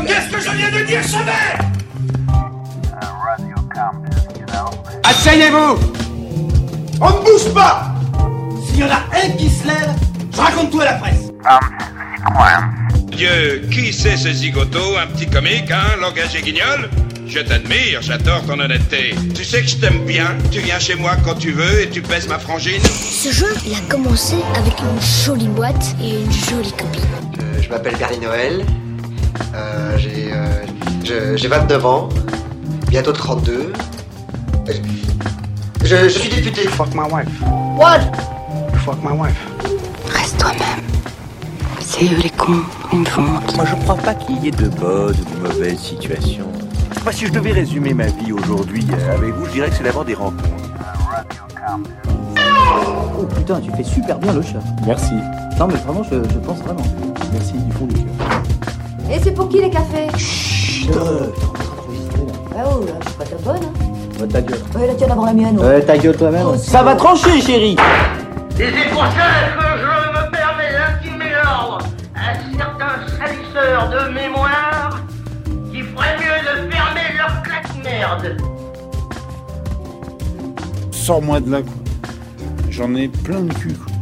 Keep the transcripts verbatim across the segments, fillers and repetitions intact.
Qu'est-ce que je viens de dire, Chauvet? Asseyez-vous! On ne bouge pas! S'il y en a un qui se lève, je raconte tout à la presse. Dieu, qui c'est ce zigoto, un petit comique, hein, langage et guignol? Je t'admire, j'adore ton honnêteté. Tu sais que je t'aime bien, tu viens chez moi quand tu veux et tu pèses ma frangine. Ce jeu, il a commencé avec une jolie boîte et une jolie copine. Euh, je m'appelle Gary Noël, euh, j'ai, euh, je, j'ai vingt-neuf ans, bientôt trente-deux. Je, je suis député. Fuck my wife. What? Fuck my wife. Reste toi-même. C'est eux les cons, ils me font honte. Moi je crois pas qu'il y ait de bonnes ou de mauvaises situations. Moi si je devais résumer ma vie aujourd'hui avec vous, je dirais que c'est d'abord des rencontres. Oh putain, tu fais super bien le chat. Merci. Non mais vraiment, je, je pense vraiment. Merci du fond du cœur. Et c'est pour qui les cafés? Chut, t'es en train d'enregistrer là. Ah oh, là, c'est pas ta bonne, hein? Ouais, ta gueule. Ouais, la tienne avant la mienne. Ouais, ta gueule toi-même. Oh, ça va trancher, chérie. Et c'est pour ça que je me permets d'intimer l'ordre à certains salisseurs de mémoire qui ferait mieux de fermer leur claque-merde. Sors-moi de là, quoi. J'en ai plein le cul, quoi.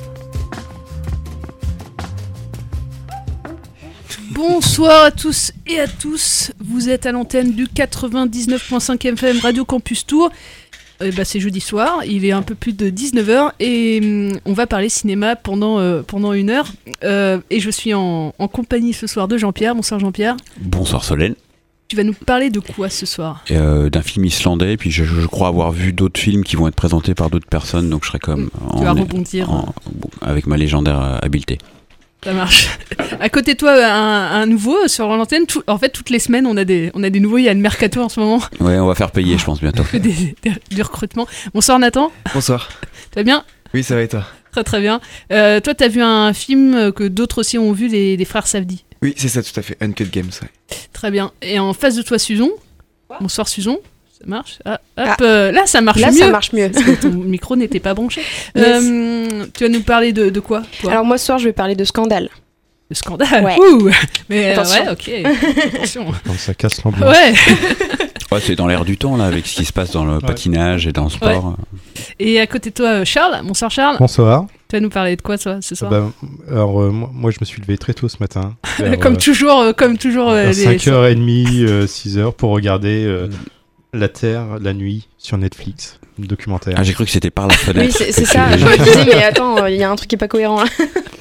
Bonsoir à tous et à tous, vous êtes à l'antenne du quatre-vingt-dix-neuf virgule cinq F M Radio Campus Tour. Euh, bah, c'est jeudi soir, il est un peu plus de dix-neuf heures et hum, on va parler cinéma pendant, euh, pendant une heure. Euh, et je suis en, en compagnie ce soir de Jean-Pierre. Bonsoir Jean-Pierre. Bonsoir Solène. Tu vas nous parler de quoi ce soir? euh, D'un film islandais, puis je, je crois avoir vu d'autres films qui vont être présentés par d'autres personnes, donc je serai comme... Tu en, vas rebondir. En, avec ma légendaire habileté. Ça marche. À côté de toi, un, un nouveau sur l'antenne. Tout, en fait, toutes les semaines, on a des, on a des nouveaux. Il y a le mercato en ce moment. Ouais, on va faire payer, je pense, bientôt. des, des, du recrutement. Bonsoir Nathan. Bonsoir. Tu vas bien? Oui, ça va et toi? Très très bien. Euh, toi, t'as vu un film que d'autres aussi ont vu, les, les frères Safdie. Oui, c'est ça, tout à fait. Uncut Games, ouais. Très bien. Et en face de toi, Suzon. Bonsoir Suzon. Ça marche. Ah, hop, ah. euh, là, ça marche là, mieux. Là, ça marche mieux. Parce que ton micro n'était pas branché. Yes. Euh, tu vas nous parler de, de quoi, toi? Alors moi, ce soir, je vais parler de Scandale. De Scandale. Ouais. Ouh. Mais attention. Euh, ouais, ok. Attention. Quand ça casse l'ambiance. Ouais. Ouais, c'est dans l'air du temps, là, avec ce qui se passe dans le ouais. patinage et dans le sport. Ouais. Et à côté de toi, Charles. Bonsoir Charles. Bonsoir. Tu vas nous parler de quoi, toi, ce soir? bah, Alors, euh, moi, moi, je me suis levé très tôt ce matin. Vers, comme, euh, toujours, euh, comme toujours, euh, les... cinq heures trente, euh, six heures, pour regarder euh, La Terre, la nuit, sur Netflix. Un documentaire. Ah, j'ai cru que c'était par la fenêtre. Oui, c'est, c'est ça. Je me disais, mais attends, il y a un truc qui est pas cohérent là.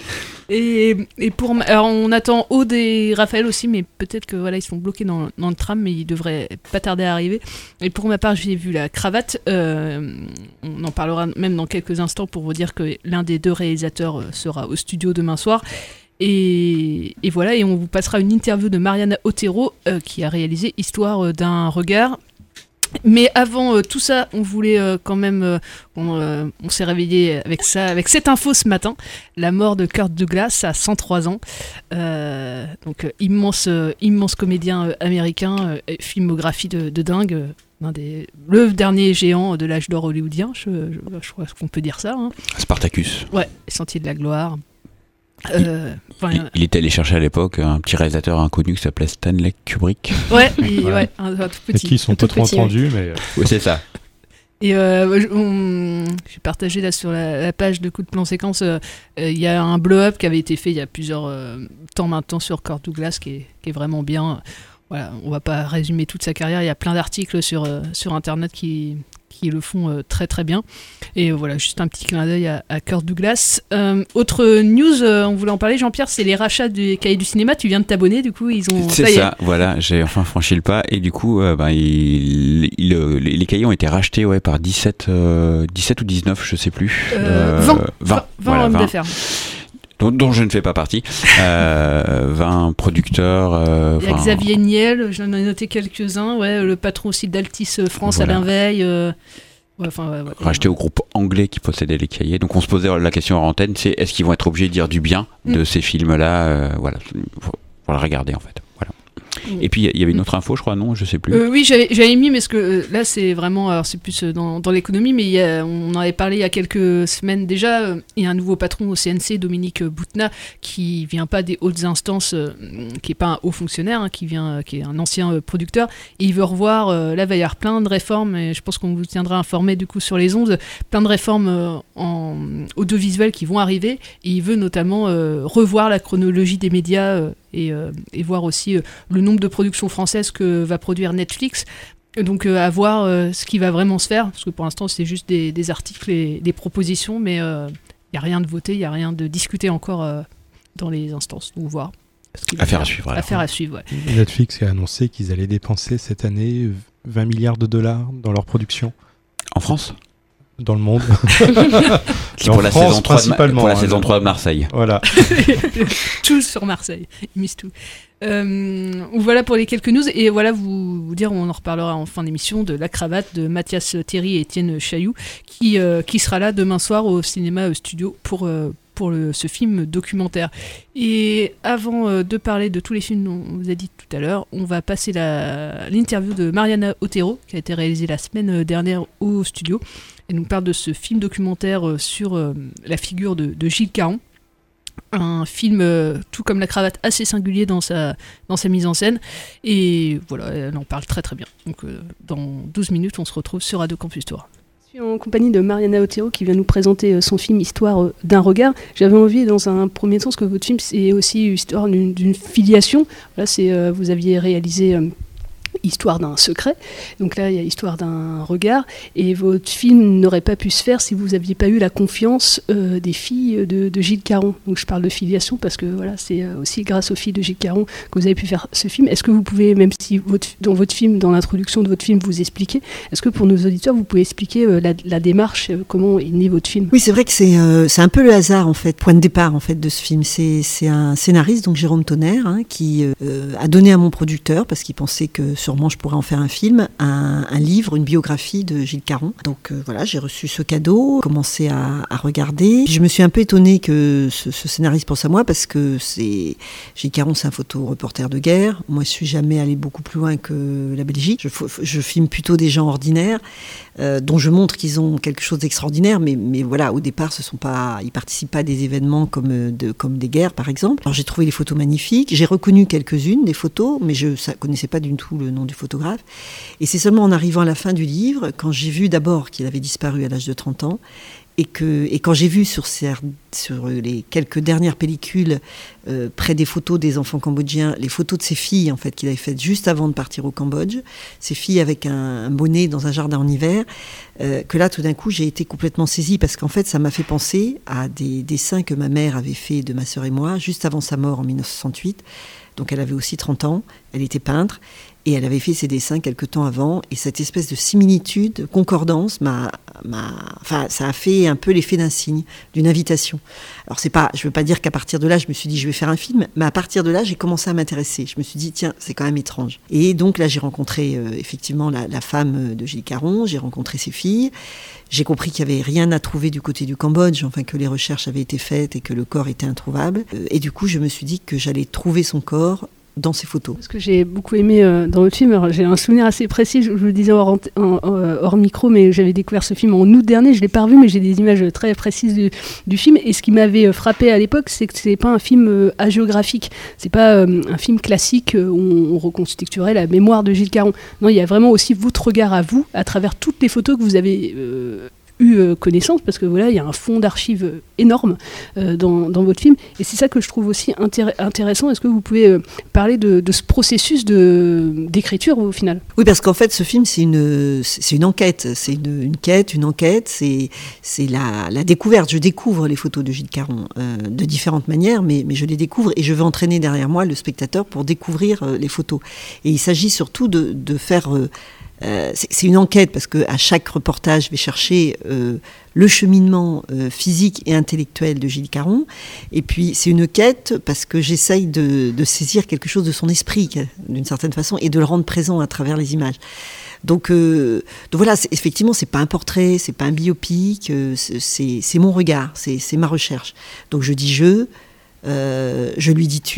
Et, et pour alors on attend Aude et Raphaël aussi, mais peut-être que voilà ils sont bloqués dans, dans le tram, mais ils devraient pas tarder à arriver. Et pour ma part, j'ai vu La Cravate. Euh, on en parlera même dans quelques instants pour vous dire que l'un des deux réalisateurs sera au studio demain soir. Et, et voilà, et on vous passera une interview de Mariana Otero euh, qui a réalisé Histoire d'un regard. Mais avant euh, tout ça, on voulait euh, quand même, euh, on, euh, on s'est réveillé avec ça, avec cette info ce matin, la mort de Kirk Douglas à cent trois ans. Euh, donc euh, immense, euh, immense comédien euh, américain, euh, filmographie de, de dingue, euh, l'un des, le dernier géant de l'âge d'or hollywoodien, je, je, je crois qu'on peut dire ça. Hein. Spartacus. Ouais, Les Sentiers de la Gloire. Euh, il, il, il était allé chercher à l'époque un petit réalisateur inconnu qui s'appelait Stanley Kubrick. Ouais, il, ouais. ouais un, un tout petit. Et qui sont pas trop petit, entendus, ouais. mais. Oui, c'est ça. Et euh, on, j'ai partagé là sur la, la page de Coup de Plan Séquence, il euh, euh, y a un blow-up qui avait été fait il y a plusieurs euh, temps maintenant sur Kirk Douglas qui est, qui est vraiment bien. Voilà, on va pas résumer toute sa carrière, il y a plein d'articles sur, euh, sur internet qui, qui le font euh, très très bien. Et euh, voilà, juste un petit clin d'œil à, à Kirk Douglas. Euh, autre news, euh, on voulait en parler, Jean-Pierre, c'est les rachats des cahiers du cinéma. Tu viens de t'abonner, du coup, ils ont. C'est ça, ça voilà, j'ai enfin franchi le pas. Et du coup, euh, bah, il, il, euh, les, les cahiers ont été rachetés ouais, par dix-sept, euh, dix-sept ou dix-neuf, je sais plus. Euh, vingt, vingt, vingt, voilà, hommes vingt. d'affaires. Dont, dont je ne fais pas partie. Euh, vingt producteurs. Euh, il y a Xavier Niel, j'en ai noté quelques-uns. Ouais, le patron aussi d'Altis France, voilà. Alain Veil. Euh, ouais, enfin, ouais, ouais, racheté ouais. au groupe anglais qui possédait les cahiers. Donc on se posait la question en antenne, c'est est-ce qu'ils vont être obligés de dire du bien mm. de ces films-là euh, Voilà, faut, faut le regarder en fait. Voilà. Et puis il y avait une autre info, je crois, non, je sais plus. Euh, oui, j'avais, j'avais mis, mais ce que euh, là c'est vraiment, alors c'est plus euh, dans, dans l'économie, mais il y a, on en avait parlé il y a quelques semaines déjà. Euh, il y a un nouveau patron au C N C, Dominique Boutna, qui vient pas des hautes instances, euh, qui est pas un haut fonctionnaire, hein, qui vient, euh, qui est un ancien euh, producteur, et il veut revoir. Euh, là, il va y avoir plein de réformes, et je pense qu'on vous tiendra informé du coup sur les ondes, plein de réformes euh, en audiovisuel qui vont arriver, et il veut notamment euh, revoir la chronologie des médias. Euh, Et, euh, et voir aussi euh, le nombre de productions françaises que va produire Netflix. Donc euh, à voir euh, ce qui va vraiment se faire, parce que pour l'instant c'est juste des, des articles et des propositions, mais il euh, n'y a rien de voté, il n'y a rien de discuté encore euh, dans les instances. Donc voir. Affaire à suivre. Affaire à suivre, ouais. Netflix a annoncé qu'ils allaient dépenser cette année vingt milliards de dollars dans leur production. En France ? Dans le monde. C'est pour, la France, saison trois de Ma- pour la hein, saison le... trois de Marseille. Voilà. Tout sur Marseille. Ils misent tout. Euh, voilà pour les quelques news. Et voilà, vous, vous dire, on en reparlera en fin d'émission, de La Cravate de Mathias Thierry et Étienne Chailloux, qui, euh, qui sera là demain soir au Cinéma Studio pour, euh, pour le, ce film documentaire. Et avant euh, de parler de tous les films dont on vous a dit tout à l'heure, on va passer la, l'interview de Mariana Otero, qui a été réalisée la semaine dernière au studio. Elle nous parle de ce film documentaire euh, sur euh, la figure de, de Gilles Caron. Un film, euh, tout comme La Cravate, assez singulier dans sa, dans sa mise en scène. Et voilà, elle en parle très très bien. Donc euh, dans douze minutes, on se retrouve sur Radio Campus Tour. Je suis en compagnie de Mariana Otero qui vient nous présenter son film Histoire d'un regard. J'avais envie, dans un premier temps, parce que votre film, c'est aussi l'histoire d'une, d'une filiation. Là, c'est, euh, vous aviez réalisé... Euh, Histoire d'un secret, donc là il y a Histoire d'un regard, et votre film n'aurait pas pu se faire si vous n'aviez pas eu la confiance euh, des filles de, de Gilles Caron. Donc je parle de filiation parce que voilà, c'est aussi grâce aux filles de Gilles Caron que vous avez pu faire ce film. Est-ce que vous pouvez, même si votre, dans votre film, dans l'introduction de votre film, vous expliquez, est-ce que pour nos auditeurs vous pouvez expliquer euh, la, la démarche, euh, comment est né votre film ? Oui, c'est vrai que c'est, euh, c'est un peu le hasard en fait, point de départ en fait de ce film. C'est, c'est un scénariste, donc Jérôme Tonnerre, hein, qui euh, a donné à mon producteur, parce qu'il pensait que sûrement je pourrais en faire un film, un, un livre, une biographie de Gilles Caron. Donc euh, voilà, j'ai reçu ce cadeau, commencé à, à regarder. Puis je me suis un peu étonnée que ce, ce scénariste pense à moi, parce que c'est Gilles Caron, c'est un photo-reporter de guerre. Moi, je suis jamais allée beaucoup plus loin que la Belgique. Je, je filme plutôt des gens ordinaires, euh, dont je montre qu'ils ont quelque chose d'extraordinaire, mais, mais voilà, au départ, ce sont pas, ils participent pas à des événements comme, de, comme des guerres, par exemple. Alors j'ai trouvé les photos magnifiques, j'ai reconnu quelques-unes des photos, mais je ne connaissais pas du tout le nom du photographe. Et c'est seulement en arrivant à la fin du livre, quand j'ai vu d'abord qu'il avait disparu à l'âge de trente ans, et, que, et quand j'ai vu sur, ces, sur les quelques dernières pellicules, euh, près des photos des enfants cambodgiens, les photos de ses filles en fait, qu'il avait faites juste avant de partir au Cambodge, ces filles avec un, un bonnet dans un jardin en hiver, euh, que là tout d'un coup j'ai été complètement saisie, parce qu'en fait ça m'a fait penser à des dessins que ma mère avait fait de ma sœur et moi, juste avant sa mort en dix-neuf cent soixante-huit. Donc elle avait aussi trente ans, elle était peintre, et elle avait fait ses dessins quelque temps avant, et cette espèce de similitude, concordance, m'a, m'a, enfin, ça a fait un peu l'effet d'un signe, d'une invitation. Alors c'est pas, je ne veux pas dire qu'à partir de là, je me suis dit je vais faire un film, mais à partir de là, j'ai commencé à m'intéresser. Je me suis dit tiens, c'est quand même étrange. Et donc là, j'ai rencontré euh, effectivement la, la femme de Gilles Caron, j'ai rencontré ses filles, j'ai compris qu'il n'y avait rien à trouver du côté du Cambodge, enfin que les recherches avaient été faites et que le corps était introuvable. Euh, et du coup, je me suis dit que j'allais trouver son corps dans ces photos. Ce que j'ai beaucoup aimé euh, dans votre film, alors, j'ai un souvenir assez précis, je, je le disais hors, en, hors micro, mais j'avais découvert ce film en août dernier, je ne l'ai pas revu, mais j'ai des images très précises du, du film, et ce qui m'avait frappé à l'époque, c'est que ce n'est pas un film euh, hagiographique, ce n'est pas euh, un film classique euh, où on, on reconstituerait la mémoire de Gilles Caron. Non, il y a vraiment aussi votre regard à vous, à travers toutes les photos que vous avez euh, eu connaissance, parce que voilà, il y a un fond d'archives énorme euh, dans, dans votre film, et c'est ça que je trouve aussi intér- intéressant. Est-ce que vous pouvez euh, parler de, de ce processus de, d'écriture au final ? Oui, parce qu'en fait, ce film, c'est une, c'est une enquête, c'est une, une quête, une enquête, c'est, c'est la, la découverte. Je découvre les photos de Gilles Caron euh, de différentes manières, mais, mais je les découvre, et je veux entraîner derrière moi le spectateur pour découvrir euh, les photos. Et il s'agit surtout de, de faire... Euh, Euh, c'est, c'est une enquête, parce qu'à chaque reportage, je vais chercher euh, le cheminement euh, physique et intellectuel de Gilles Caron. Et puis, c'est une quête parce que j'essaye de, de saisir quelque chose de son esprit, d'une certaine façon, et de le rendre présent à travers les images. Donc, euh, donc voilà, c'est, effectivement, c'est pas un portrait, c'est pas un biopic, euh, c'est, c'est, c'est mon regard, c'est, c'est ma recherche. Donc je dis je, euh, je lui dis tu.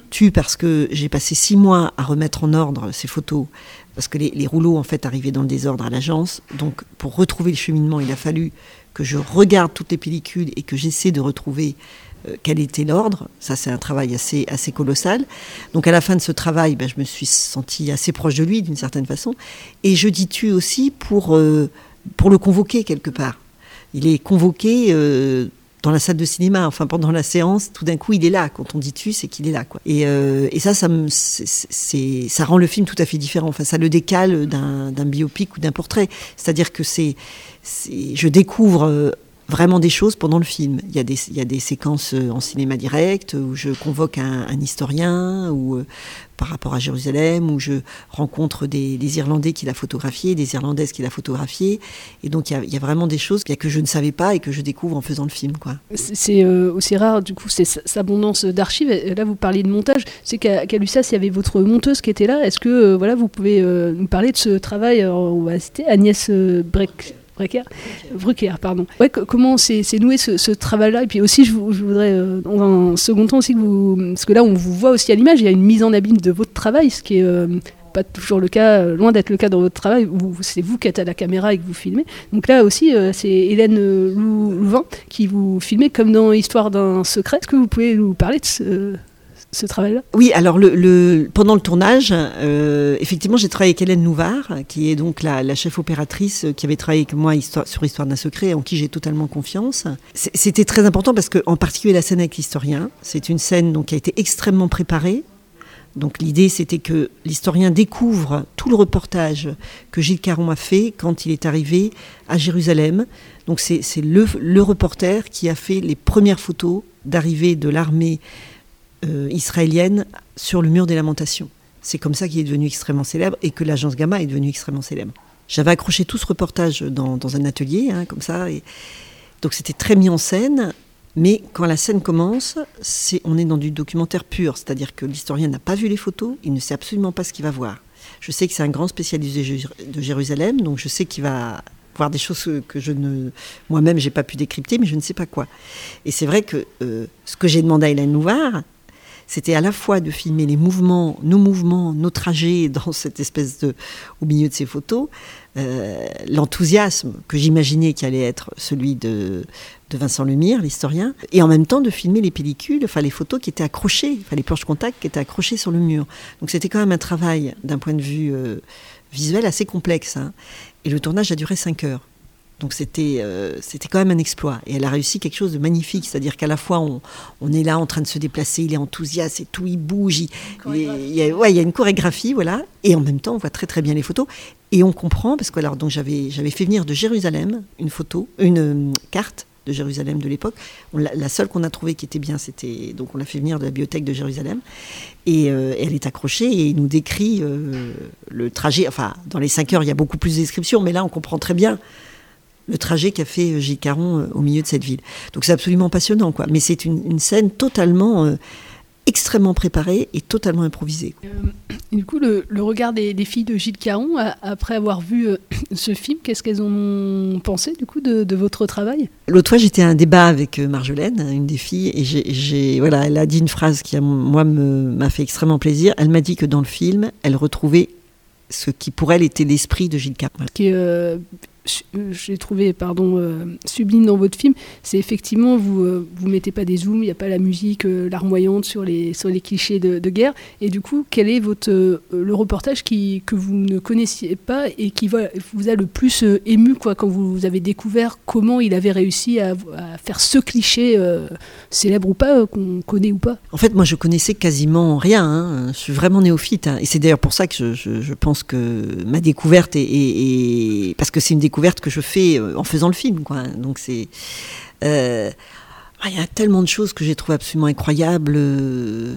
tue parce que j'ai passé six mois à remettre en ordre ces photos, parce que les, les rouleaux en fait arrivaient dans le désordre à l'agence. Donc pour retrouver le cheminement, il a fallu que je regarde toutes les pellicules et que j'essaie de retrouver euh, quel était l'ordre. Ça, c'est un travail assez, assez colossal. Donc à la fin de ce travail, ben, je me suis sentie assez proche de lui d'une certaine façon. Et je dis tu aussi pour, euh, pour le convoquer quelque part. Il est convoqué euh, dans la salle de cinéma, enfin pendant la séance, tout d'un coup il est là. Quand on dit tu, c'est qu'il est là, quoi. Et, euh, et ça, ça, me, c'est, c'est, ça rend le film tout à fait différent. Enfin, ça le décale d'un, d'un biopic ou d'un portrait. C'est-à-dire que c'est, c'est je découvre euh, vraiment des choses pendant le film. Il y a des, il y a des séquences en cinéma direct où je convoque un, un historien, ou euh, par rapport à Jérusalem, où je rencontre des, des Irlandais qu'il a photographiés, des Irlandaises qu'il a photographiées. Et donc il y a, il y a vraiment des choses que je ne savais pas et que je découvre en faisant le film, quoi. C'est, c'est euh, aussi rare, du coup, c'est cette abondance d'archives. Là, vous parliez de montage. C'est qu'à, qu'à l'U S A S, il y avait votre monteuse qui était là. Est-ce que euh, voilà, vous pouvez euh, nous parler de ce travail? Alors, on va citer Agnès euh, Breck. Brecker, Brucker, pardon. Ouais, c- comment c'est, c'est noué ce, ce travail-là? Et puis aussi, je, je voudrais, euh, dans un second temps aussi, que vous, parce que là, on vous voit aussi à l'image, il y a une mise en abîme de votre travail, ce qui est euh, pas toujours le cas, euh, loin d'être le cas dans votre travail, où c'est vous qui êtes à la caméra et que vous filmez. Donc là aussi, euh, c'est Hélène Lou- Louvain qui vous filmait comme dans Histoire d'un secret. Est-ce que vous pouvez nous parler de ce... ce travail-là? Oui, alors le, le, pendant le tournage, euh, effectivement, j'ai travaillé avec Hélène Louvard, qui est donc la, la chef opératrice qui avait travaillé avec moi histoire, sur Histoire d'un secret, en qui j'ai totalement confiance. C'est, c'était très important parce que, en particulier, la scène avec l'historien, c'est une scène donc, qui a été extrêmement préparée. Donc l'idée, c'était que l'historien découvre tout le reportage que Gilles Caron a fait quand il est arrivé à Jérusalem. Donc c'est, c'est le, le reporter qui a fait les premières photos d'arrivée de l'armée Euh, israélienne sur le mur des lamentations. C'est comme ça qu'il est devenu extrêmement célèbre et que l'agence Gamma est devenue extrêmement célèbre. J'avais accroché tout ce reportage dans, dans un atelier, hein, comme ça, et donc c'était très mis en scène, mais quand la scène commence, c'est, on est dans du documentaire pur, c'est-à-dire que l'historien n'a pas vu les photos, il ne sait absolument pas ce qu'il va voir. Je sais que c'est un grand spécialiste de Jérusalem, donc je sais qu'il va voir des choses que je ne, moi-même, j'ai pas pu décrypter, mais je ne sais pas quoi. Et c'est vrai que euh, ce que j'ai demandé à Hélène Louvard, c'était à la fois de filmer les mouvements, nos mouvements, nos trajets dans cette espèce de, au milieu de ces photos, euh, l'enthousiasme que j'imaginais qui allait être celui de, de Vincent Lemire, l'historien, et en même temps de filmer les pellicules, enfin les photos qui étaient accrochées, enfin les planches contact qui étaient accrochées sur le mur. Donc c'était quand même un travail d'un point de vue euh, visuel assez complexe, hein. Et le tournage a duré cinq heures. Donc c'était, euh, c'était quand même un exploit. Et elle a réussi quelque chose de magnifique. C'est-à-dire qu'à la fois, on, on est là en train de se déplacer, il est enthousiaste et tout, il bouge. Il, il, il, y a, ouais, il y a une chorégraphie, voilà. Et en même temps, on voit très très bien les photos. Et on comprend, parce que alors, donc, j'avais, j'avais fait venir de Jérusalem une photo, une euh, carte de Jérusalem de l'époque. On l'a, la seule qu'on a trouvée qui était bien, c'était... Donc on l'a fait venir de la bibliothèque de Jérusalem. Et euh, elle est accrochée et il nous décrit euh, le trajet. Enfin, dans les cinq heures, il y a beaucoup plus de descriptions, mais là, on comprend très bien le trajet qu'a fait Gilles Caron euh, au milieu de cette ville. Donc c'est absolument passionnant, quoi. Mais c'est une, une scène totalement, euh, extrêmement préparée et totalement improvisée. Euh, et du coup, le, le regard des, des filles de Gilles Caron, a, après avoir vu euh, ce film, qu'est-ce qu'elles ont pensé du coup de, de votre travail? L'autre fois, j'étais à un débat avec Marjolaine, une des filles, et j'ai, j'ai, voilà, elle a dit une phrase qui, moi, me, m'a fait extrêmement plaisir. Elle m'a dit que dans le film, elle retrouvait ce qui, pour elle, était l'esprit de Gilles Caron. Qui, euh, j'ai trouvé pardon, euh, sublime dans votre film, c'est effectivement, vous euh, vous mettez pas des zooms, il n'y a pas la musique euh, larmoyante sur les, sur les clichés de, de guerre. Et du coup, quel est votre, euh, le reportage qui, que vous ne connaissiez pas et qui voilà, vous a le plus euh, ému quoi, quand vous avez découvert comment il avait réussi à, à faire ce cliché, euh, célèbre ou pas, euh, qu'on connaît ou pas? En fait, moi, je connaissais quasiment rien. Hein. Je suis vraiment néophyte. Hein. Et c'est d'ailleurs pour ça que je, je, je pense que ma découverte est... est, est... Parce que c'est une découverte que je fais en faisant le film, quoi. Donc c'est, euh, il y a tellement de choses que j'ai trouvé absolument incroyables. Euh,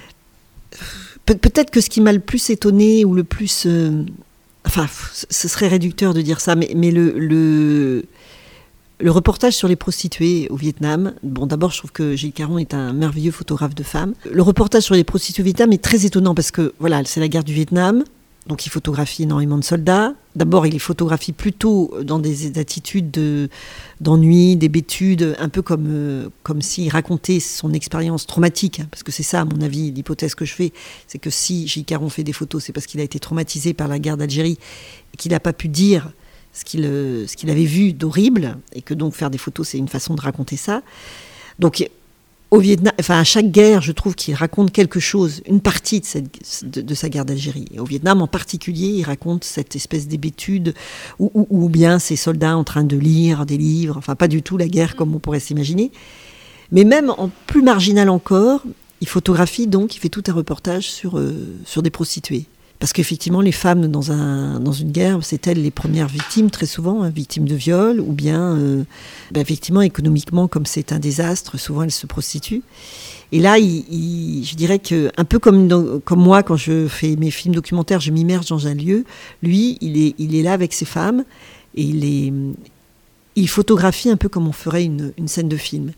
Pe- peut-être que ce qui m'a le plus étonné ou le plus, euh, enfin, ce serait réducteur de dire ça, mais, mais le, le le reportage sur les prostituées au Vietnam. Bon, d'abord, je trouve que Gilles Caron est un merveilleux photographe de femmes. Le reportage sur les prostituées au Vietnam est très étonnant parce que voilà, c'est la guerre du Vietnam. Donc il photographie énormément de soldats. D'abord, il les photographie plutôt dans des attitudes de, d'ennui, d'hébétude, un peu comme, euh, comme s'il racontait son expérience traumatique. Hein, parce que c'est ça, à mon avis, l'hypothèse que je fais, c'est que si Gilles Caron fait des photos, c'est parce qu'il a été traumatisé par la guerre d'Algérie et qu'il n'a pas pu dire ce qu'il, euh, ce qu'il avait vu d'horrible, et que donc faire des photos, c'est une façon de raconter ça. Donc au Vietnam, enfin à chaque guerre, je trouve qu'il raconte quelque chose, une partie de, cette, de, de sa guerre d'Algérie. Et au Vietnam en particulier, il raconte cette espèce d'hébétude, ou, ou, ou bien ces soldats en train de lire des livres, enfin pas du tout la guerre comme on pourrait s'imaginer. Mais même en plus marginal encore, il photographie donc, il fait tout un reportage sur, euh, sur des prostituées. Parce qu'effectivement, les femmes dans, un, dans une guerre, c'est elles les premières victimes, très souvent, hein, victimes de viol, ou bien, euh, ben effectivement, économiquement, comme c'est un désastre, souvent elles se prostituent. Et là, il, il, je dirais que, un peu comme, dans, comme moi, quand je fais mes films documentaires, je m'immerge dans un lieu, lui, il est, il est là avec ses femmes, et il, est, il photographie un peu comme on ferait une, une scène de film.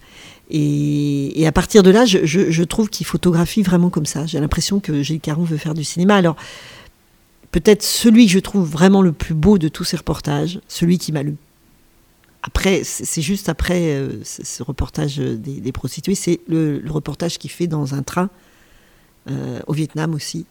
Et, et à partir de là, je, je, je trouve qu'il photographie vraiment comme ça. J'ai l'impression que Gilles Caron veut faire du cinéma. Alors, peut-être celui que je trouve vraiment le plus beau de tous ces reportages, celui qui m'a le... Après, c'est juste après euh, ce reportage des, des prostituées, c'est le, le reportage qu'il fait dans un train, euh, au Vietnam aussi,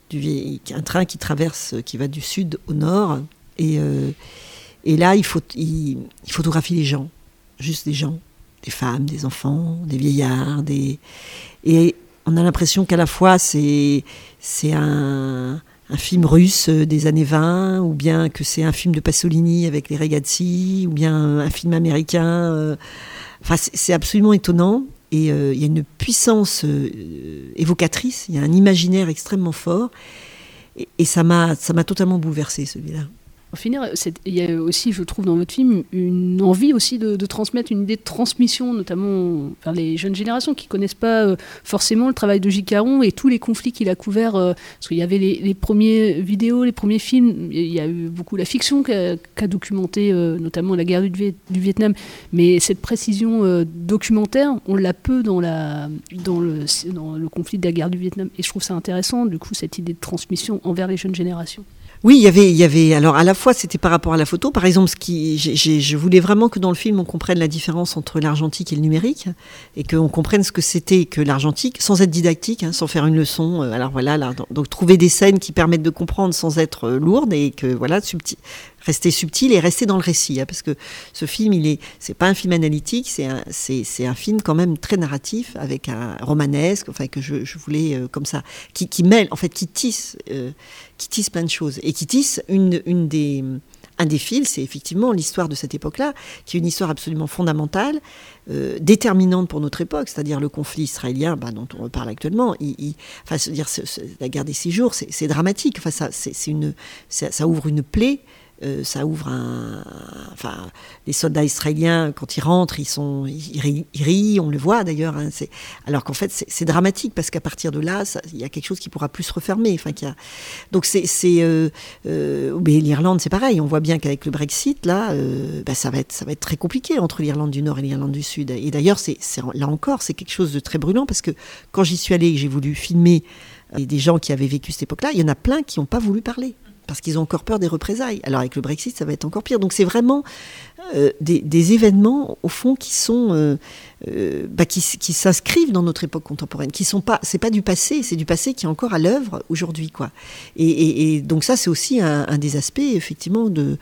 du, un train qui traverse, qui va du sud au nord. Et, euh, et là, il, faut, il, il photographie les gens, juste des gens. Des femmes, des enfants, des vieillards, des... et on a l'impression qu'à la fois c'est, c'est un, un film russe des années vingt, ou bien que c'est un film de Pasolini avec les ragazzi, ou bien un film américain. Euh... Enfin, c'est, c'est absolument étonnant, et euh, il y a une puissance euh, évocatrice, il y a un imaginaire extrêmement fort, et, et ça m'a, ça m'a totalement bouleversée, celui-là. Pour finir, il y a aussi, je trouve, dans votre film, une envie aussi de, de transmettre une idée de transmission, notamment vers les jeunes générations qui ne connaissent pas euh, forcément le travail de Gilles Caron et tous les conflits qu'il a couverts. Euh, parce qu'il y avait les, les premières vidéos, les premiers films, il y a eu beaucoup la fiction qui a, qui a documenté euh, notamment la guerre du, du Vietnam. Mais cette précision euh, documentaire, on l'a peu dans, la, dans, le, dans le conflit de la guerre du Vietnam. Et je trouve ça intéressant, du coup, cette idée de transmission envers les jeunes générations. Oui, il y avait, il y avait. Alors, à la fois, c'était par rapport à la photo. Par exemple, ce qui, j'ai, j'ai, je voulais vraiment que dans le film, on comprenne la différence entre l'argentique et le numérique, et qu'on comprenne ce que c'était que l'argentique, sans être didactique, hein, sans faire une leçon. Euh, alors voilà, là, donc trouver des scènes qui permettent de comprendre sans être euh, lourdes, et que voilà, subtil, rester subtil et rester dans le récit, hein, parce que ce film, il est, c'est pas un film analytique, c'est un, c'est, c'est un film quand même très narratif, avec un romanesque, enfin que je, je voulais euh, comme ça, qui, qui mêle, en fait, qui tisse. Euh, qui tisse plein de choses, et qui tisse une, une des, un des fils, c'est effectivement l'histoire de cette époque-là, qui est une histoire absolument fondamentale, euh, déterminante pour notre époque, c'est-à-dire le conflit israélien, bah, dont on reparle actuellement. Il, il, enfin, se dire, c'est, c'est, la guerre des six jours, c'est, c'est dramatique. Enfin, ça, c'est, c'est une, ça, ça ouvre une plaie. Euh, ça ouvre un... Enfin, les soldats israéliens, quand ils rentrent, ils, sont, ils, rient, ils rient, on le voit d'ailleurs. Hein, c'est... Alors qu'en fait, c'est, c'est dramatique, parce qu'à partir de là, il y a quelque chose qui ne pourra plus se refermer. Enfin, qu'il y a... Donc, c'est... c'est euh, euh, mais l'Irlande, c'est pareil. On voit bien qu'avec le Brexit, là, euh, bah, ça, va être, ça va être très compliqué entre l'Irlande du Nord et l'Irlande du Sud. Et d'ailleurs, c'est, c'est, là encore, c'est quelque chose de très brûlant, parce que quand j'y suis allée et que j'ai voulu filmer euh, des gens qui avaient vécu cette époque-là, il y en a plein qui n'ont pas voulu parler, parce qu'ils ont encore peur des représailles. Alors avec le Brexit, ça va être encore pire. Donc c'est vraiment euh, des, des événements, au fond, qui sont euh, euh, bah, qui, qui s'inscrivent dans notre époque contemporaine, qui sont pas, c'est pas du passé, c'est du passé qui est encore à l'œuvre aujourd'hui, quoi. Et, et, et donc ça, c'est aussi un, un des aspects, effectivement, de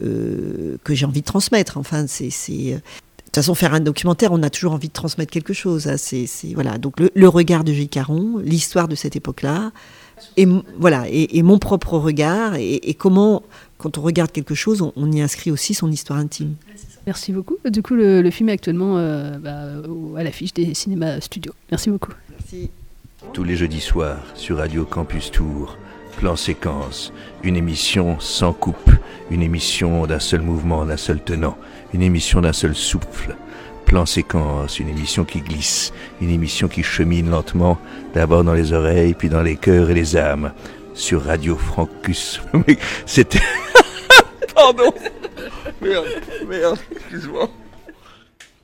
euh, que j'ai envie de transmettre. Enfin, c'est, c'est de toute façon, faire un documentaire, on a toujours envie de transmettre quelque chose. Hein. C'est, c'est voilà. Donc le, le regard de Gilles Caron, l'histoire de cette époque-là. Et voilà, et, et mon propre regard, et, et comment, quand on regarde quelque chose, on, on y inscrit aussi son histoire intime. Merci beaucoup. Du coup, le, le film est actuellement euh, bah, à l'affiche des cinémas studios. Merci beaucoup. Merci. Tous les jeudis soirs, sur Radio Campus Tour, Plan Séquence, une émission sans coupe, une émission d'un seul mouvement, d'un seul tenant, une émission d'un seul souffle. Plan Séquence, une émission qui glisse, une émission qui chemine lentement, d'abord dans les oreilles, puis dans les cœurs et les âmes, sur Radio Francus. C'était... Pardon. Merde, merde, excuse-moi.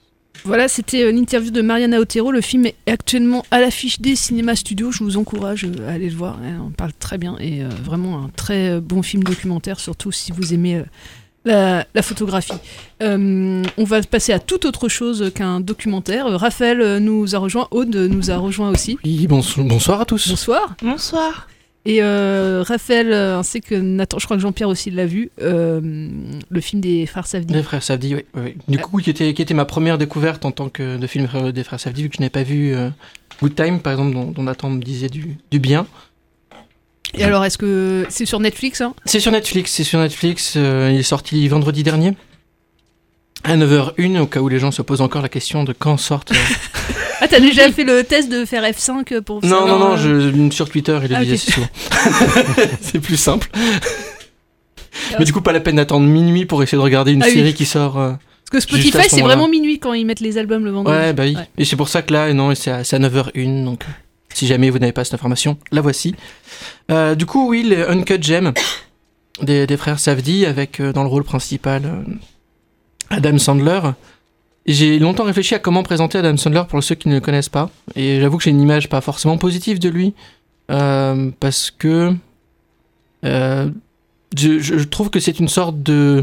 Voilà, c'était l'interview de Mariana Otero. Le film est actuellement à l'affiche des cinémas studios. Je vous encourage à aller le voir. On parle très bien et euh, vraiment un très bon film documentaire, surtout si vous aimez euh, la, la photographie. Euh, on va passer à toute autre chose qu'un documentaire. Raphaël nous a rejoint, Aude nous a rejoint aussi. Oui, bonso- bonsoir à tous. Bonsoir. Bonsoir. Et euh, Raphaël, ainsi que Nathan, je crois que Jean-Pierre aussi l'a vu, euh, le film des frères Safdie. Les frères Safdie, oui. oui. Du coup, qui était, qui était ma première découverte en tant que de film des frères Safdie, vu que je n'avais pas vu euh, Good Time, par exemple, dont, dont Nathan me disait du, du bien. Et alors, est-ce que c'est sur Netflix hein C'est sur Netflix, c'est sur Netflix. Euh, il est sorti vendredi dernier, à neuf heures une, au cas où les gens se posent encore la question de quand sortent... Euh... Ah, t'as déjà fait le test de faire F cinq pour... Non, non, non, euh... je, sur Twitter, il le ah, disait okay. souvent. C'est plus simple. Mais du coup, pas la peine d'attendre minuit pour essayer de regarder une ah, série oui. qui sort... Euh, Parce que Spotify, c'est vraiment minuit quand ils mettent les albums le vendredi. Ouais, bah oui. Ouais. Et c'est pour ça que là, non, c'est à, c'est à neuf heures une, donc si jamais vous n'avez pas cette information, la voici. Euh, du coup, oui, les Uncut Gems des, des frères Safdie, avec euh, dans le rôle principal euh, Adam Sandler. J'ai longtemps réfléchi à comment présenter Adam Sandler pour ceux qui ne le connaissent pas, et j'avoue que j'ai une image pas forcément positive de lui, euh, parce que euh, je, je trouve que c'est une sorte de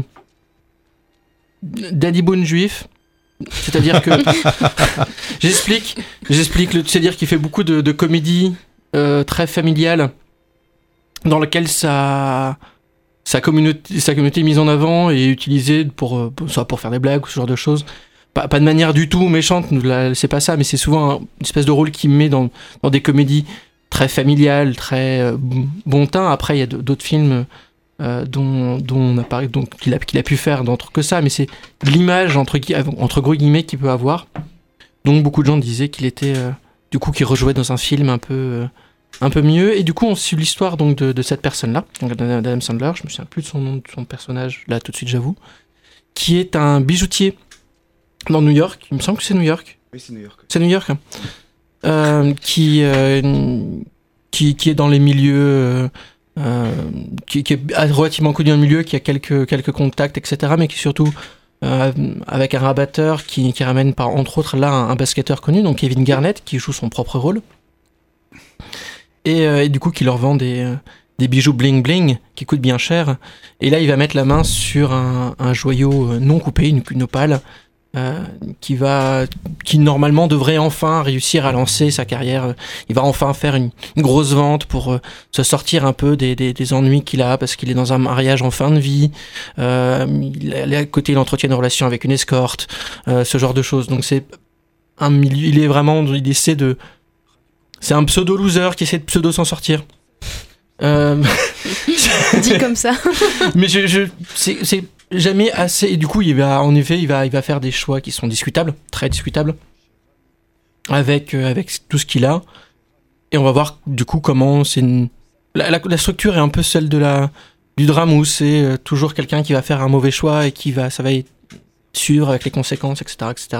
Daddy Boone juif, c'est-à-dire que j'explique, j'explique, c'est-à-dire qu'il fait beaucoup de, de comédies euh, très familiales, dans lesquelles sa sa communauté, sa communauté est mise en avant et utilisée pour, soit pour faire des blagues ou ce genre de choses. Pas, pas de manière du tout méchante, c'est pas ça, mais c'est souvent une espèce de rôle qu'il met dans, dans des comédies très familiales, très euh, bon teint. Après, il y a d'autres films euh, dont, dont on a parlé, donc, qu'il a, qu'il a pu faire d'autres que ça, mais c'est l'image, entre, entre gros guillemets, qu'il peut avoir. Donc, beaucoup de gens disaient qu'il était, euh, du coup, qu'il rejouait dans un film un peu, euh, un peu mieux. Et du coup, on suit l'histoire donc, de, de cette personne-là, donc d'Adam Sandler, je me souviens plus de son nom, de son personnage, là, tout de suite, j'avoue, qui est un bijoutier dans New York, il me semble que c'est New York. Oui, c'est New York. C'est New York. Hein. Euh, qui, euh, qui, qui est dans les milieux, euh, qui, qui est relativement connu dans le milieu, qui a quelques, quelques contacts, et cetera, mais qui surtout euh, avec un rabatteur qui, qui ramène par, entre autres là un, un basketteur connu, donc Kevin Garnett, qui joue son propre rôle. Et, euh, et du coup, qui leur vend des, des bijoux bling bling qui coûtent bien cher. Et là, il va mettre la main sur un, un joyau non coupé, une, une opale. Euh, qui va, qui normalement devrait enfin réussir à lancer sa carrière. Il va enfin faire une, une grosse vente pour euh, se sortir un peu des, des, des ennuis qu'il a parce qu'il est dans un mariage en fin de vie. Euh, il est à côté, il entretient une relation avec une escorte, euh, ce genre de choses. Donc c'est un milieu, il est vraiment, il essaie de, c'est un pseudo loser qui essaie de pseudo s'en sortir. Euh... Dit comme ça. Mais je, je, c'est, c'est jamais assez, et du coup il va en effet il va il va faire des choix qui sont discutables, très discutables, avec euh, avec tout ce qu'il a, et on va voir du coup comment c'est une... la, la, la structure est un peu celle de la du drame où c'est euh, toujours quelqu'un qui va faire un mauvais choix et qui va ça va être suivre avec les conséquences, etc etc.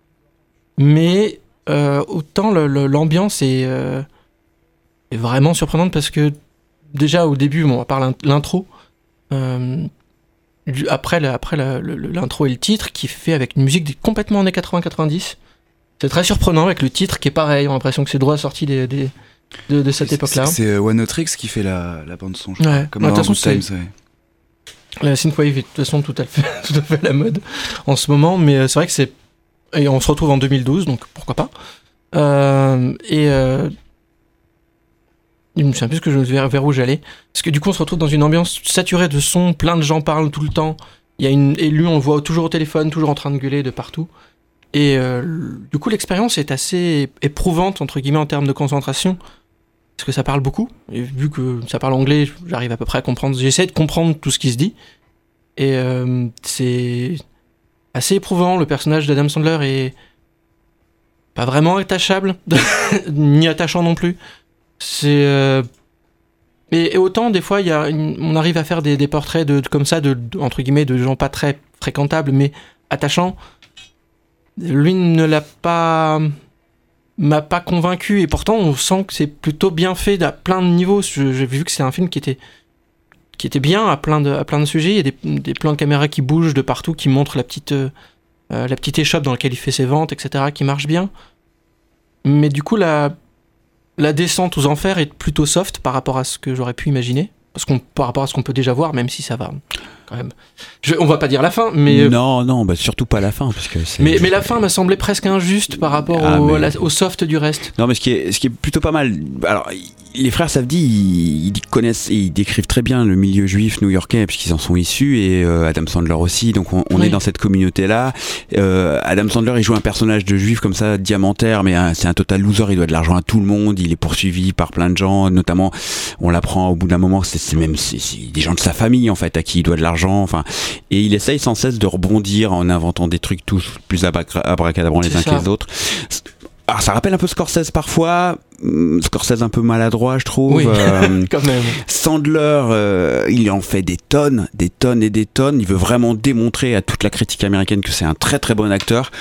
Mais euh, autant le, le, l'ambiance est, euh, est vraiment surprenante parce que déjà au début, bon, à part l'intro, euh, après, la, après la, le, l'intro et le titre, qui est fait avec une musique complètement années quatre-vingts quatre-vingt-dix, c'est très surprenant avec le titre qui est pareil, on a l'impression que c'est droit sorti des, des, de, de cette c'est, époque-là. C'est, c'est One Otrix qui fait la, la bande-son, je crois, ouais. comme dans Good Times. Ouais. La synthwave est de toute façon tout à fait, tout à fait à la mode en ce moment, mais c'est vrai que c'est... Et on se retrouve en deux mille douze, donc pourquoi pas. Euh, et... Euh, je me souviens plus que je vers, vers où j'allais. Parce que du coup, on se retrouve dans une ambiance saturée de sons, plein de gens parlent tout le temps. Il y a une, et lui, on le voit toujours au téléphone, toujours en train de gueuler de partout. Et euh, du coup, l'expérience est assez éprouvante, entre guillemets, en termes de concentration. Parce que ça parle beaucoup. Et vu que ça parle anglais, j'arrive à peu près à comprendre. J'essaie de comprendre tout ce qui se dit. Et euh, c'est assez éprouvant. Le personnage d'Adam Sandler est pas vraiment attachable, ni attachant non plus. C'est euh... et, et autant des fois il y a une... on arrive à faire des, des portraits de, de comme ça de, de entre guillemets de gens pas très fréquentables mais attachants. Lui ne l'a pas m'a pas convaincu et pourtant on sent que c'est plutôt bien fait à plein de niveaux. Je, j'ai vu que c'est un film qui était qui était bien à plein de à plein de sujets. Il y a des, des plans de caméra qui bougent de partout, qui montrent la petite euh, euh, la petite échoppe dans laquelle il fait ses ventes, et cetera, qui marche bien. Mais du coup, la, la descente aux enfers est plutôt soft par rapport à ce que j'aurais pu imaginer. Parce qu'on, par rapport à ce qu'on peut déjà voir, même si ça va quand même. Je, on va pas dire la fin, mais. Non, non, bah surtout pas la fin. Parce que c'est... Mais, mais la fin m'a semblé presque injuste par rapport ah, au, mais... la, au soft du reste. Non, mais ce qui est, ce qui est plutôt pas mal. Alors, les frères Safdie, ils, ils connaissent et ils décrivent très bien le milieu juif new-yorkais, puisqu'ils en sont issus, et euh, Adam Sandler aussi. Donc, on, on oui. est dans cette communauté-là. Euh, Adam Sandler, il joue un personnage de juif comme ça, diamantaire, mais hein, c'est un total loser. Il doit de l'argent à tout le monde. Il est poursuivi par plein de gens, notamment, on l'apprend au bout d'un moment, c'est, c'est même c'est, c'est des gens de sa famille, en fait, à qui il doit de l'argent. Enfin, et il essaye sans cesse de rebondir en inventant des trucs tous plus abracadabrants les uns que les autres. Alors ça rappelle un peu Scorsese parfois, Scorsese un peu maladroit je trouve. Oui, euh, quand même. Sandler, euh, il en fait des tonnes, des tonnes et des tonnes. Il veut vraiment démontrer à toute la critique américaine que c'est un très très bon acteur.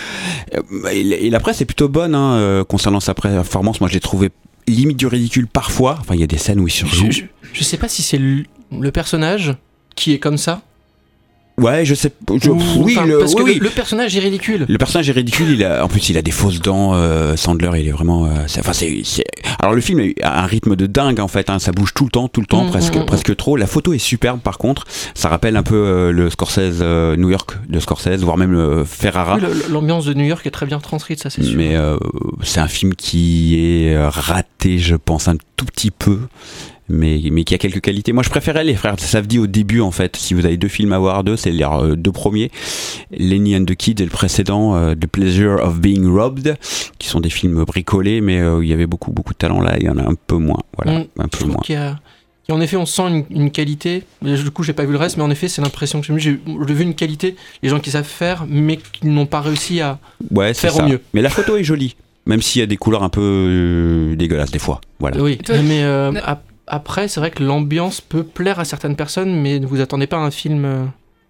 Et, et la presse est plutôt bonne hein, euh, concernant sa performance. Moi je l'ai trouvé limite du ridicule parfois. Enfin il y a des scènes où il surjoue. Je, je, je sais pas si c'est le, le personnage qui est comme ça. Ouais, je sais. Je, Ou, oui, enfin, le, parce oui, que oui. Le, le personnage est ridicule. Le personnage est ridicule. Il a, en plus, il a des fausses dents. Euh, Sandler, il est vraiment. Euh, c'est, enfin, c'est, c'est. Alors, le film a un rythme de dingue en fait. Hein, ça bouge tout le temps, tout le temps, mmh, presque, mmh. presque trop. La photo est superbe. Par contre, ça rappelle un peu euh, le Scorsese euh, New York de Scorsese, voire même le Ferrara. Oui, le, l'ambiance de New York est très bien transcrite, ça c'est sûr. Mais euh, c'est un film qui est raté, je pense, un tout petit peu. Mais, mais qui a quelques qualités. Moi, je préférais les frères Safdie au début, en fait. Si vous avez deux films à voir, deux, c'est les euh, deux premiers. Lenny and the Kids et le précédent, euh, The Pleasure of Being Robbed, qui sont des films bricolés, mais euh, il y avait beaucoup, beaucoup de talent là. Il y en a un peu moins. Voilà, mmh, un peu moins. Qu'il y a... Et en effet, on sent une, une qualité. Du coup, j'ai pas vu le reste, mais en effet, c'est l'impression que j'ai, j'ai, j'ai vu une qualité. Les gens qui savent faire, mais qui n'ont pas réussi à ouais, faire ça. au mieux. Mais la photo est jolie, même s'il y a des couleurs un peu euh, dégueulasses des fois. Voilà. Oui, mais euh, à après, c'est vrai que l'ambiance peut plaire à certaines personnes, mais ne vous attendez pas à un film euh,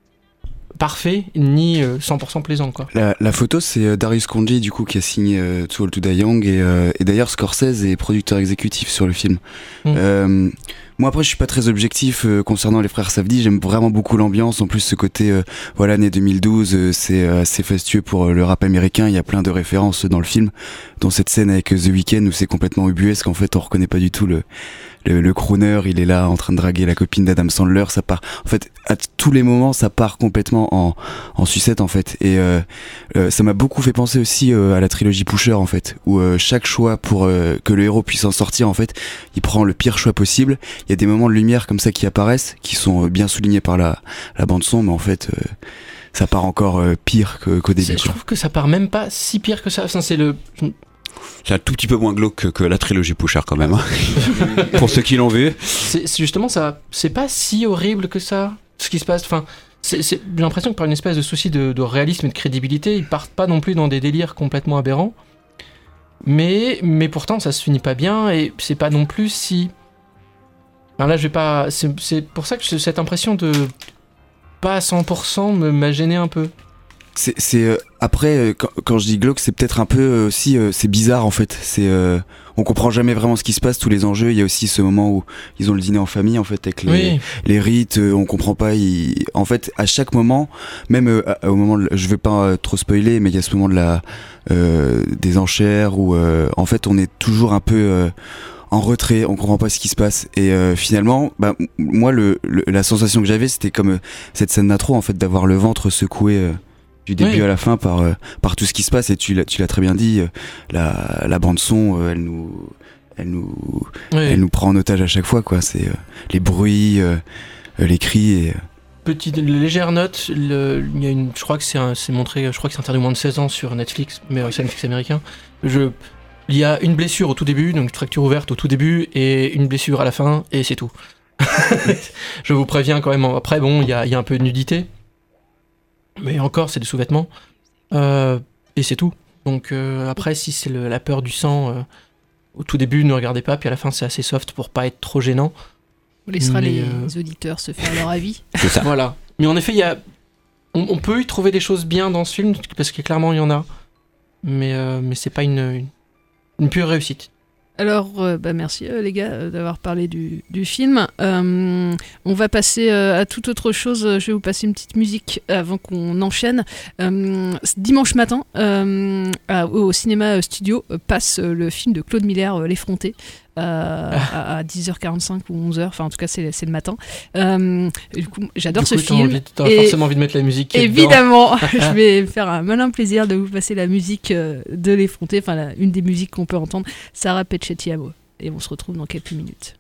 parfait, ni euh, cent pour cent plaisant, quoi. La, la photo, c'est euh, Darius Khondji, du coup, qui a signé euh, Too Old to Die Young, et, euh, et d'ailleurs, Scorsese est producteur exécutif sur le film. Mmh. Euh, moi, après, je suis pas très objectif euh, concernant les frères Safdie. J'aime vraiment beaucoup l'ambiance. En plus, ce côté, euh, voilà, année deux mille douze, euh, c'est euh, assez fastueux pour euh, le rap américain. Il y a plein de références dans le film, dont cette scène avec The Weeknd où c'est complètement ubuesque. En fait, on reconnaît pas du tout le Le, le crooner, il est là en train de draguer la copine d'Adam Sandler, ça part, en fait, à tous les moments, ça part complètement en, en sucette, en fait, et euh, euh, ça m'a beaucoup fait penser aussi euh, à la trilogie Pusher, en fait, où euh, chaque choix pour euh, que le héros puisse en sortir, en fait, il prend le pire choix possible. Il y a des moments de lumière comme ça qui apparaissent, qui sont euh, bien soulignés par la, la bande son, mais en fait, euh, ça part encore euh, pire que, qu'au début. Je trouve que ça part même pas si pire que ça, enfin, c'est le... C'est un tout petit peu moins glauque que, que la trilogie Pusher quand même, hein. Pour ceux qui l'ont vu. C'est, c'est justement ça, c'est pas si horrible que ça, ce qui se passe. Enfin, c'est, c'est, j'ai l'impression que par une espèce de souci de, de réalisme et de crédibilité, ils partent pas non plus dans des délires complètement aberrants. Mais, mais pourtant, ça se finit pas bien et c'est pas non plus si. Alors là, je vais pas. C'est, c'est pour ça que cette impression de pas à cent pour cent me, m'a gêné un peu. C'est, c'est euh, après euh, quand, quand je dis glauque, c'est peut-être un peu euh, aussi euh, c'est bizarre en fait. C'est euh, on comprend jamais vraiment ce qui se passe, tous les enjeux. Il y a aussi ce moment où ils ont le dîner en famille en fait avec les, oui. les rites. Euh, on comprend pas. Ils... En fait, à chaque moment, même euh, au moment, de, je vais pas euh, trop spoiler, mais il y a ce moment de la euh, des enchères où euh, en fait on est toujours un peu euh, en retrait, on comprend pas ce qui se passe et euh, finalement bah, moi le, le la sensation que j'avais c'était comme euh, cette scène d'intro en fait, d'avoir le ventre secoué euh, du début oui. à la fin par euh, par tout ce qui se passe. Et tu l'as tu l'as très bien dit, euh, la la bande son euh, elle nous elle nous oui. elle nous prend en otage à chaque fois quoi. C'est euh, les bruits, euh, les cris et petite légère note, le, il y a une, je crois que c'est un, c'est montré, je crois que c'est interdit moins de seize ans sur Netflix, mais c'est Netflix américain. Je Il y a une blessure au tout début, donc une fracture ouverte au tout début, et une blessure à la fin, et c'est tout. Je vous préviens quand même. Après, bon, il y a, il y a un peu de nudité, mais encore, c'est des sous-vêtements, euh, et c'est tout. Donc euh, après, si c'est le, la peur du sang, euh, au tout début, ne regardez pas, puis à la fin, c'est assez soft pour pas être trop gênant. On laissera mais, les euh... auditeurs se faire leur avis. C'est ça. Voilà. Mais en effet, il y a, on, on peut y trouver des choses bien dans ce film, parce que clairement, il y en a, mais, euh, mais c'est pas une... une... une pure réussite. Alors, euh, bah merci euh, les gars euh, d'avoir parlé du, du film. Euh, on va passer euh, à toute autre chose. Je vais vous passer une petite musique avant qu'on enchaîne. Euh, dimanche matin, euh, à- au cinéma studio, euh, passe euh, le film de Claude Miller, euh, L'Effronté. Euh, à, à dix heures quarante-cinq ou onze heures, enfin en tout cas c'est, c'est le matin. Euh, du coup, j'adore Du ce coup, t'as film. envie- t'as et forcément envie de mettre la musique qui est dedans. évidemment, je vais faire un malin plaisir de vous passer la musique euh, de L'Effronté, enfin la- une des musiques qu'on peut entendre, Sarah Pechettiamo. Et on se retrouve dans quelques minutes.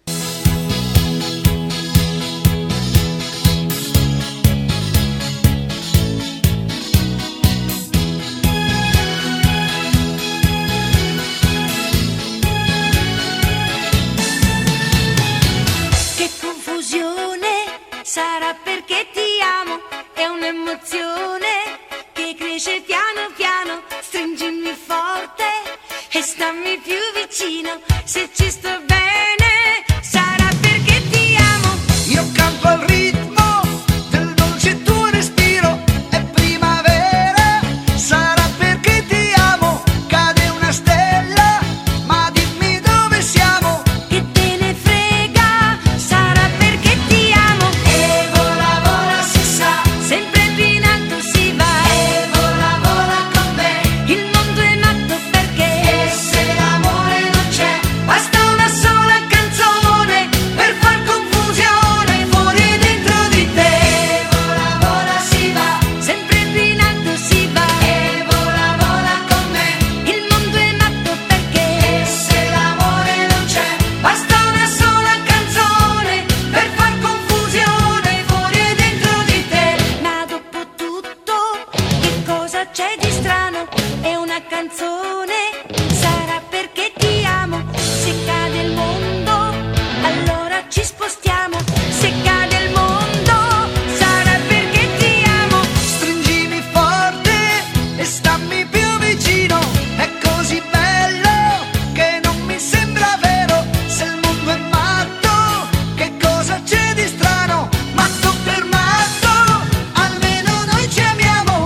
Che confusione, sarà perché ti amo, è un'emozione che cresce piano piano, stringimi forte e stammi più vicino, se ci sto bene, sarà perché ti amo. Io canto al ritmo del dolce tuo respiro, è primavera, sarà perché ti amo, cade una stella, ma dimmi dove siamo. Che te ne frega, sarà perché ti amo. E vola, vola, si sa, sempre più in alto si va. E vola, vola con me, il mondo è matto perché. E se l'amore non c'è, basta una sola canzone per far confusione fuori e dentro di te. E vola, vola, si va, sempre più in alto si va. E vola, vola con me, il mondo è matto perché. E se l'amore non c'è, basta una sola canzone per far confusione fuori e dentro di te. Ma dopo tutto, che cosa c'è di strano? È una canzone, sarà perché ti amo. Se cade il mondo, allora ci spostiamo. Se cade il mondo, sarà perché ti amo. Stringimi forte e stammi più vicino, è così bello che non mi sembra vero. Se il mondo è matto, che cosa c'è di strano? Matto per matto, almeno noi ci amiamo.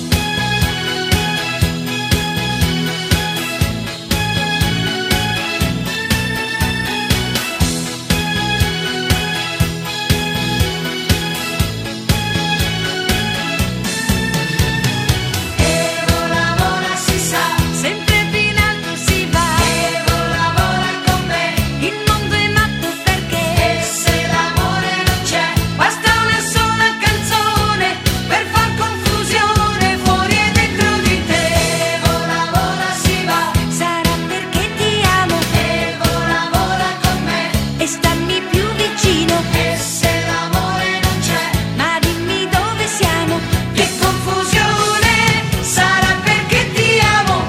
E vola, vola, si sa, sempre più in alto si va. E vola, vola con me, il mondo è matto perché. E se l'amore non c'è, basta una sola canzone per far confusione fuori e dentro di te. E vola, vola, si va, sarà perché ti amo. E vola, vola con me, e stammi più vicino. E se l'amore non c'è, ma dimmi dove siamo. Che confusione, sarà perché ti amo.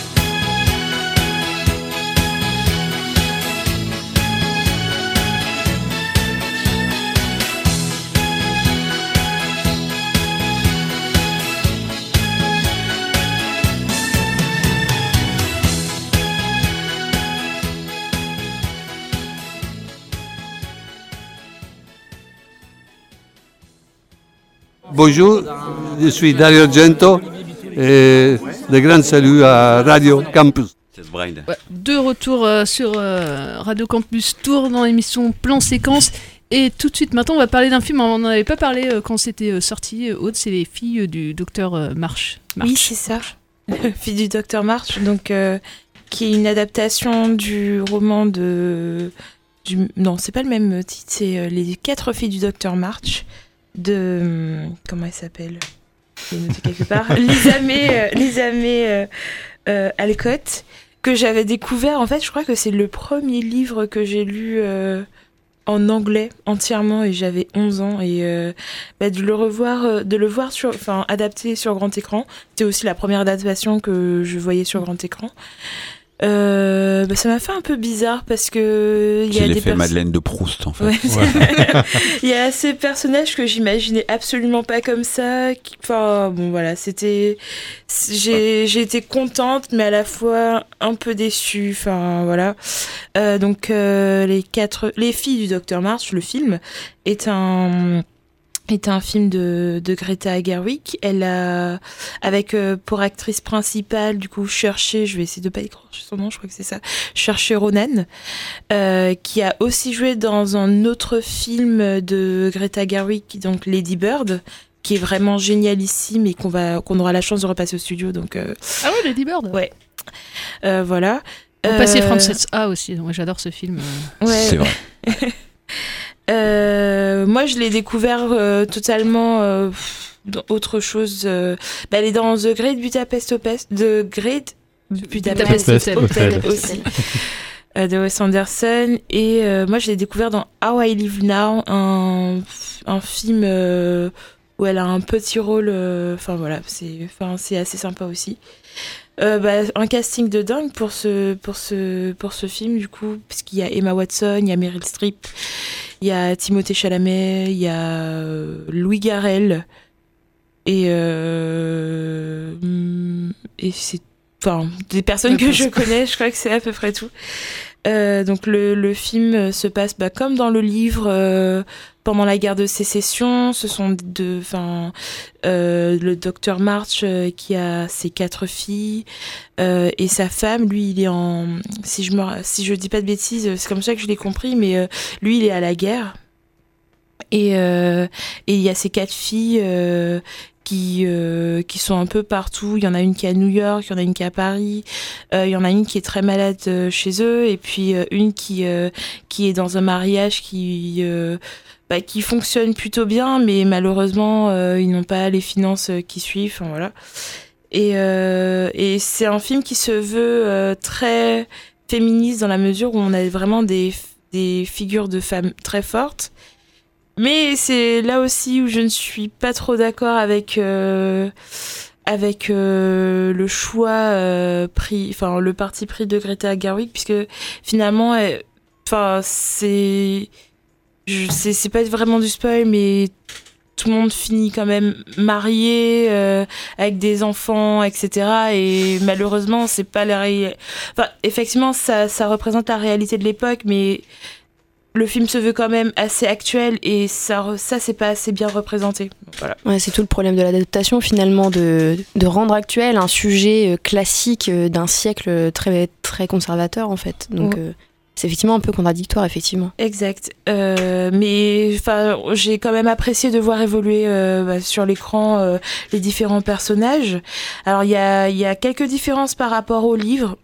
Bonjour, je suis Dario Argento et de grands saluts à Radio Campus. Ouais, de retour euh, sur euh, Radio Campus Tour dans l'émission Plan Séquence. Et tout de suite, maintenant, on va parler d'un film. On n'en avait pas parlé euh, quand c'était euh, sorti. Euh, Aude, c'est Les filles euh, du docteur euh, March. March. Oui, c'est ça. Fille du docteur March, donc euh, qui est une adaptation du roman de. Du... Non, c'est pas le même titre, c'est euh, Les quatre filles du docteur March de. hum, Comment elle s'appelle? Je l'ai noté quelque part. Lisa May, euh, Lisa May euh, euh, Alcott, que j'avais découvert. En fait, je crois que c'est le premier livre que j'ai lu euh, en anglais entièrement et j'avais onze ans. Et euh, bah, de le revoir, euh, de le voir sur, enfin, adapté sur grand écran, c'était aussi la première adaptation que je voyais sur grand écran. Euh, bah, ça m'a fait un peu bizarre parce que il y C'est a des l'effet pers- Madeleine de Proust en fait. Ouais, Ouais. il y a ces personnages que j'imaginais absolument pas comme ça. qui- Enfin, bon, voilà, c'était. J'ai, j'ai été contente, mais à la fois un peu déçue. Enfin, voilà. Euh, donc, euh, les quatre, les filles du docteur March, le film, est un est un film de, de Greta Gerwig. Elle a, avec euh, pour actrice principale, du coup, cherché, je vais essayer de pas écorcher son nom, je crois que c'est ça, cherché Ronan, euh, qui a aussi joué dans un autre film de Greta Gerwig, donc Lady Bird, qui est vraiment génialissime et qu'on va, qu'on aura la chance de repasser au studio. Donc, euh, ah ouais, Lady Bird. Ouais. Euh, voilà. On va passer Euh, Frances A aussi. Moi, j'adore ce film. Ouais. C'est vrai. Euh, moi, je l'ai découvert euh, totalement euh, dans autre chose. euh, bah, elle est dans The Great Budapest Hotel, The Great Budapest, Budapest Hotel, Hotel. aussi, euh, de Wes Anderson. Et euh, moi, je l'ai découvert dans How I Live Now, un, un film euh, où elle a un petit rôle. Enfin euh, voilà, c'est, enfin c'est assez sympa aussi. Euh, bah, un casting de dingue pour ce, pour ce, pour ce film, du coup, puisqu'il y a Emma Watson, il y a Meryl Streep, il y a Timothée Chalamet, il y a euh, Louis Garrel, et, euh, et c'est, enfin, des personnes que je connais, je crois que c'est à peu près tout. Euh, donc le, le film se passe bah, comme dans le livre euh, pendant la guerre de sécession. Ce sont de, enfin, euh, le docteur March euh, qui a ses quatre filles euh, et sa femme. Lui, il est en, si je me, si je dis pas de bêtises, c'est comme ça que je l'ai compris, mais euh, lui, il est à la guerre. Et euh, et il y a ces quatre filles. Euh, qui euh, qui sont un peu partout. Il y en a une qui est à New York, il y en a une qui est à Paris, euh, il y en a une qui est très malade euh, chez eux, et puis euh, une qui euh, qui est dans un mariage qui euh, bah, qui fonctionne plutôt bien, mais malheureusement euh, ils n'ont pas les finances euh, qui suivent. Enfin, voilà. Et euh, et c'est un film qui se veut euh, très féministe dans la mesure où on a vraiment des des figures de femmes très fortes. Mais c'est là aussi où je ne suis pas trop d'accord avec euh, avec euh, le choix euh, pris, enfin le parti pris de Greta Gerwig, puisque finalement, enfin c'est, je c'est c'est pas vraiment du spoil, mais tout le monde finit quand même marié euh, avec des enfants, et cetera. Et malheureusement, c'est pas la réalité. Enfin, effectivement, ça ça représente la réalité de l'époque, mais le film se veut quand même assez actuel et ça, ça c'est pas assez bien représenté. Voilà. Ouais, c'est tout le problème de l'adaptation finalement, de, de rendre actuel un sujet classique d'un siècle très, très conservateur en fait. Donc ouais. euh, c'est effectivement un peu contradictoire, effectivement. Exact. Euh, mais j'ai quand même apprécié de voir évoluer euh, bah, sur l'écran euh, les différents personnages. Alors il y a, y a quelques différences par rapport au livre.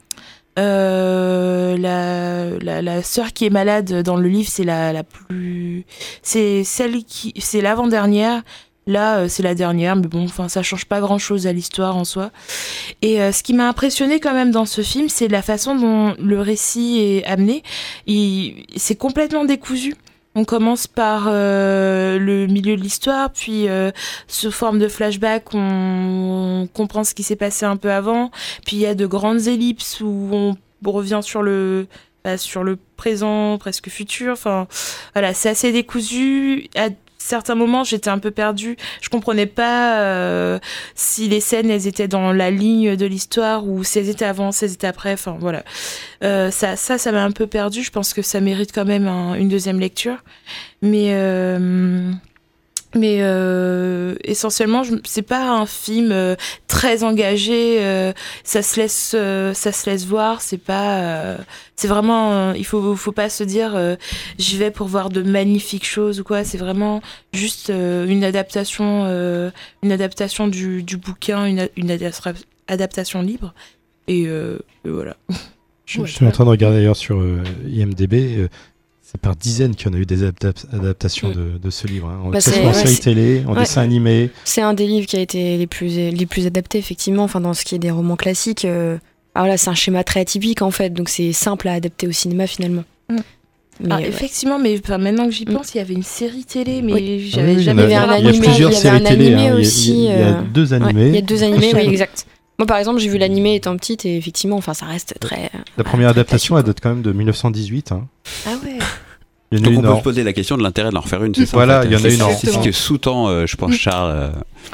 Euh, la, la, la sœur qui est malade dans le livre, c'est la, la plus, c'est celle qui, c'est l'avant-dernière. Là, euh, c'est la dernière, mais bon, enfin, ça change pas grand-chose à l'histoire en soi. Et euh, ce qui m'a impressionné quand même dans ce film, c'est la façon dont le récit est amené. Il, c'est complètement décousu. On commence par euh, le milieu de l'histoire, puis euh, sous forme de flashback, on, on comprend ce qui s'est passé un peu avant. Puis il y a de grandes ellipses où on revient sur le, bah, sur le présent, presque futur. Enfin, voilà, c'est assez décousu. À certains moments, j'étais un peu perdue. Je comprenais pas euh, si les scènes, elles étaient dans la ligne de l'histoire ou si elles étaient avant, si elles étaient après. Enfin, voilà. Euh, ça, ça, ça m'a un peu perdue. Je pense que ça mérite quand même un, une deuxième lecture. Mais, euh, mais euh, essentiellement, je, c'est pas un film euh, très engagé. Euh, ça se laisse, euh, ça se laisse voir. C'est pas, euh, c'est vraiment. Euh, il faut, faut pas se dire, euh, j'y vais pour voir de magnifiques choses ou quoi. C'est vraiment juste euh, une adaptation, euh, une adaptation du, du bouquin, une, une adaptation libre. Et, euh, et voilà. Je, je suis en train de regarder d'ailleurs sur euh, I M D B. Euh, c'est par dizaines qu'il y en a eu des adap- adaptations de, de ce livre. Hein. Bah que ce soit en ouais, série c'est... télé, en ouais. dessin animé. C'est un des livres qui a été les plus, les plus adaptés, effectivement. Enfin, dans ce qui est des romans classiques. Euh... Ah, voilà, c'est un schéma très atypique, en fait. Donc, c'est simple à adapter au cinéma, finalement. Mm. Mais, ah, ouais. Effectivement, mais enfin, maintenant que j'y pense, il y avait une série télé, mais oui. j'avais oui, jamais vu. Il y avait un Il y a animé, plusieurs il y avait séries un télé. animé Hein. aussi. Il y a, il y a euh... deux animés. Ouais, il y a deux animés, oui, exact. Moi, par exemple, j'ai vu l'animé étant petite et effectivement, enfin, ça reste très. La première très adaptation, elle date quand même de mille neuf cent dix-huit. Hein. Ah ouais. Il y en a Donc une on peut se poser la question de l'intérêt de leur faire une, c'est ça? Voilà, en fait. il y en a une en C'est ce que sous-tend, euh, je pense, Charles. Euh...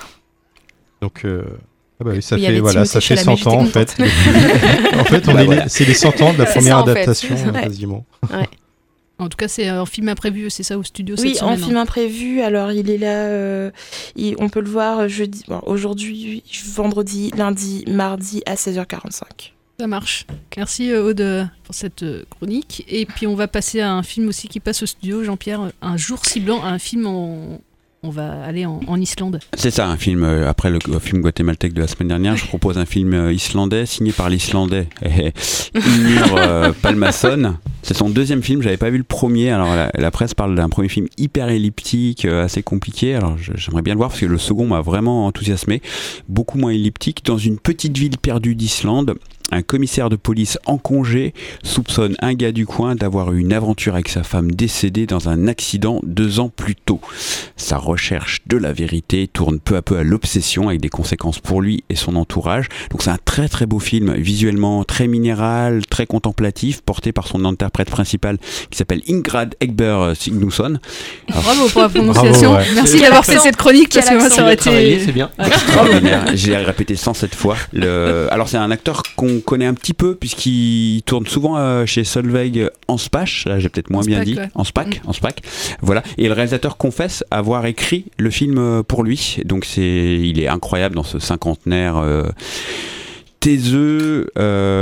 Donc, euh... ah bah oui, ça il fait, voilà, ça fait cent ans en fait. En fait, on bah est voilà. les... c'est les cent ans de la c'est première ça, en fait. adaptation, Ouais. quasiment. Ouais. En tout cas, c'est un film imprévu, c'est ça, au studio Oui, cette semaine, en film hein. imprévu. Alors, il est là. euh, il- on peut le voir jeudi, bon, aujourd'hui, vendredi, lundi, mardi à seize heures quarante-cinq. Ça marche. Merci euh, Aude pour cette euh, chronique. Et puis on va passer à un film aussi qui passe au studio, Jean-Pierre, Un jour si blanc, un film en... On va aller en, en Islande. C'est ça, un film, euh, après le euh, film guatémaltèque de la semaine dernière, je propose un film euh, islandais signé par l'Islandais Ymir euh, Palmason. C'est son deuxième film, j'avais pas vu le premier. Alors la, la presse parle d'un premier film hyper elliptique, euh, assez compliqué. Alors je- j'aimerais bien le voir parce que le second m'a vraiment enthousiasmé. Beaucoup moins elliptique. Dans une petite ville perdue d'Islande, un commissaire de police en congé soupçonne un gars du coin d'avoir eu une aventure avec sa femme décédée dans un accident deux ans plus tôt. Sa recherche de la vérité tourne peu à peu à l'obsession avec des conséquences pour lui et son entourage. Donc c'est un très très beau film, visuellement très minéral, très contemplatif, porté par son interprète principal qui s'appelle Ingrid Egber Signuson. Bravo pour la prononciation. Bravo, ouais. Merci d'avoir fait cette chronique parce que moi ça aurait été. Travaillé, c'est bien. Ouais. Extraordinaire. Je l'ai répété cent sept fois. Le... Alors c'est un acteur qu'on connaît un petit peu puisqu'il tourne souvent euh, chez Solveig Anspach. Là j'ai peut-être moins bien Anspach, dit. ouais. Anspach, Anspach. Voilà. Et le réalisateur confesse avoir écrit le film euh, pour lui. Donc c'est, il est incroyable dans ce cinquantenaire. Euh... taiseux,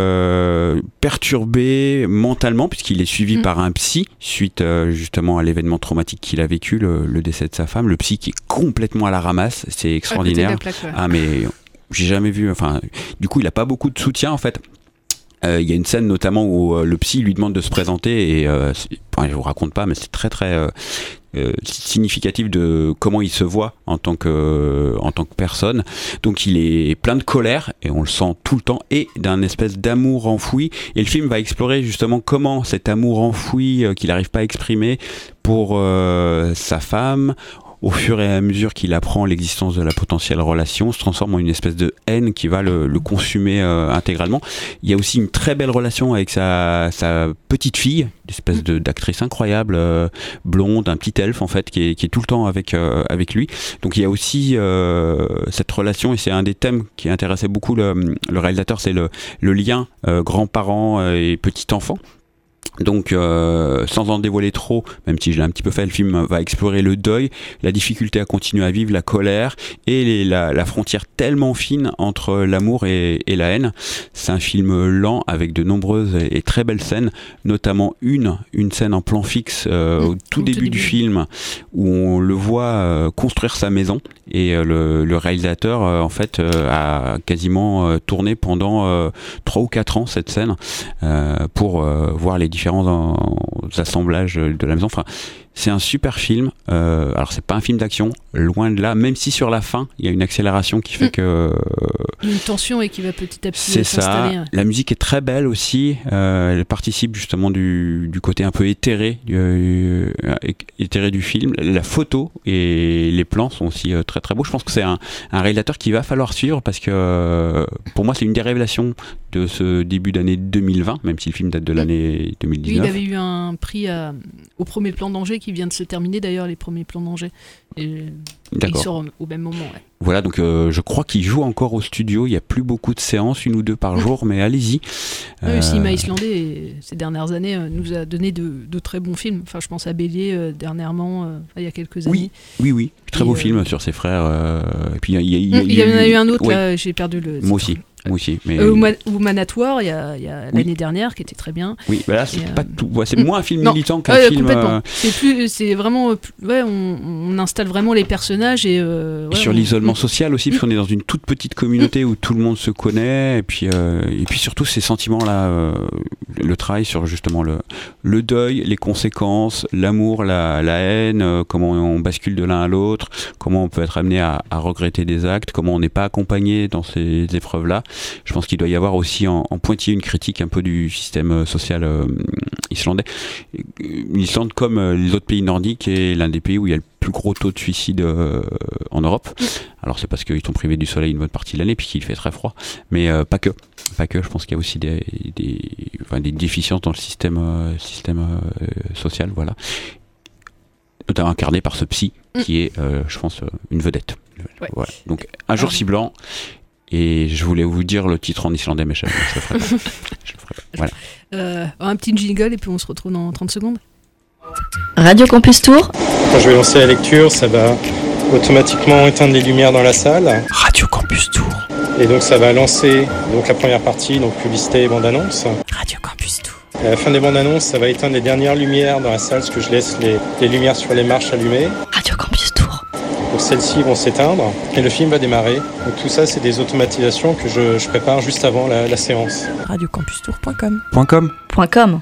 euh, perturbé mentalement, puisqu'il est suivi Mm. par un psy suite euh, justement à l'événement traumatique qu'il a vécu, le, le décès de sa femme. Le psy qui est complètement à la ramasse, c'est extraordinaire. À côté de la plaque, ouais. Ah mais j'ai jamais vu. Enfin, du coup, il a pas beaucoup de soutien en fait. Euh, Il y a une scène notamment où euh, le psy lui demande de se présenter et euh, c'est- enfin, je vous raconte pas, mais c'est très très euh, euh, significatif de comment il se voit en tant que euh, en tant que personne. Donc il est plein de colère et on le sent tout le temps et d'un espèce d'amour enfoui. Et le film va explorer justement comment cet amour enfoui euh, qu'il n'arrive pas à exprimer pour euh, sa femme, au fur et à mesure qu'il apprend l'existence de la potentielle relation, se transforme en une espèce de haine qui va le, le consumer euh, intégralement. Il y a aussi une très belle relation avec sa, sa petite fille, une espèce de, d'actrice incroyable, euh, blonde, un petit elfe en fait, qui est, qui est tout le temps avec, euh, avec lui. Donc il y a aussi euh, cette relation, et c'est un des thèmes qui intéressait beaucoup le, le réalisateur, c'est le, le lien euh, grands-parents euh, et petit-enfant. Donc, euh, sans en dévoiler trop, même si je l'ai un petit peu fait, le film va explorer le deuil, la difficulté à continuer à vivre, la colère et les, la, la frontière tellement fine entre l'amour et, et la haine. C'est un film lent avec de nombreuses et, et très belles scènes, notamment une, une scène en plan fixe euh, au tout Au tout début début. du film où on le voit euh, construire sa maison et euh, le, le réalisateur euh, en fait euh, a quasiment euh, tourné pendant euh, trois ou quatre ans cette scène euh, pour euh, voir les différents en- assemblages de la maison. Enfin, c'est un super film. Euh, alors c'est pas un film d'action, loin de là. Même si sur la fin il y a une accélération qui fait Mm. que euh, Une tension et qui va petit à petit c'est ça. s'installer. ouais. La musique est très belle aussi. Euh, elle participe justement du, du côté un peu éthéré, du, euh, éthéré du film. La photo et les plans sont aussi euh, très très beaux. Je pense que c'est un, un réalisateur qu'il va falloir suivre parce que euh, pour moi c'est une des révélations de ce début d'année deux mille vingt, même si le film date de l'année deux mille Lui, il dix-neuf. avait eu un prix à- au premier plan d'Angers qui vient de se terminer d'ailleurs, les premiers plans d'Angers. Et il D'accord. sort au- au même moment. Ouais. Voilà, donc euh, je crois qu'il joue encore au studio. Il n'y a plus beaucoup de séances, une ou deux par jour, mais allez-y. Ouais, Le cinéma Euh, islandais, et ces dernières années, euh, nous a donné de, de très bons films. Enfin, je pense à Bélier euh, dernièrement, euh, il y a quelques années. Oui, oui, oui. Très Et, beau euh, film sur ses frères. euh, et puis il y, a- il y a- Il y en a eu un autre, ouais. là, j'ai perdu le. Moi aussi, moi aussi. Mais... Euh, Woman- Woman at War, il y a, il y a Oui. l'année dernière, qui était très bien. Oui, bah là c'est Et, euh, pas tout. Ouais, c'est mm, moins un film non. militant qu'un Ouais, film. complètement. euh, C'est plus, c'est vraiment, euh, plus- ouais, on, on installe vraiment les personnages et. euh, ouais, sur on- l'isolement social aussi, parce qu'on est dans une toute petite communauté où tout le monde se connaît, et puis, euh, et puis surtout ces sentiments-là, euh, le travail sur justement le, le deuil, les conséquences, l'amour, la, la haine, euh, comment on bascule de l'un à l'autre, comment on peut être amené à, à regretter des actes, comment on n'est pas accompagné dans ces épreuves-là. Je pense qu'il doit y avoir aussi en, en pointillé une critique un peu du système social euh, islandais. L'Islande, comme euh, les autres pays nordiques, est l'un des pays où il y a le plus gros taux de suicide euh, en Europe. Alors c'est parce qu'ils sont privés du soleil une bonne partie de l'année puis qu'il fait très froid, mais euh, pas que. Pas que. Je pense qu'il y a aussi des, des, enfin, des déficiences dans le système, euh, système euh, social, voilà. Notamment incarné par ce psy qui est, euh, je pense, euh, une vedette. Ouais. Voilà. Donc un jour si blanc. Et je voulais vous dire le titre en islandais, mais je, je le ferai pas. Je le ferai pas. Voilà. Euh, un petit jingle et puis on se retrouve dans trente secondes. Radio Campus Tour. Quand je vais lancer la lecture, ça va automatiquement éteindre les lumières dans la salle. Radio Campus Tour. Et donc ça va lancer donc la première partie, donc publicité et bande-annonce. Radio Campus Tour. À la fin des bandes-annonces, ça va éteindre les dernières lumières dans la salle, parce que je laisse les, les lumières sur les marches allumées. Radio Campus Tour. Donc celles-ci vont s'éteindre et le film va démarrer. Donc tout ça, c'est des automatisations que je, je prépare juste avant la, la séance. radio campus tour point com. .com. .com.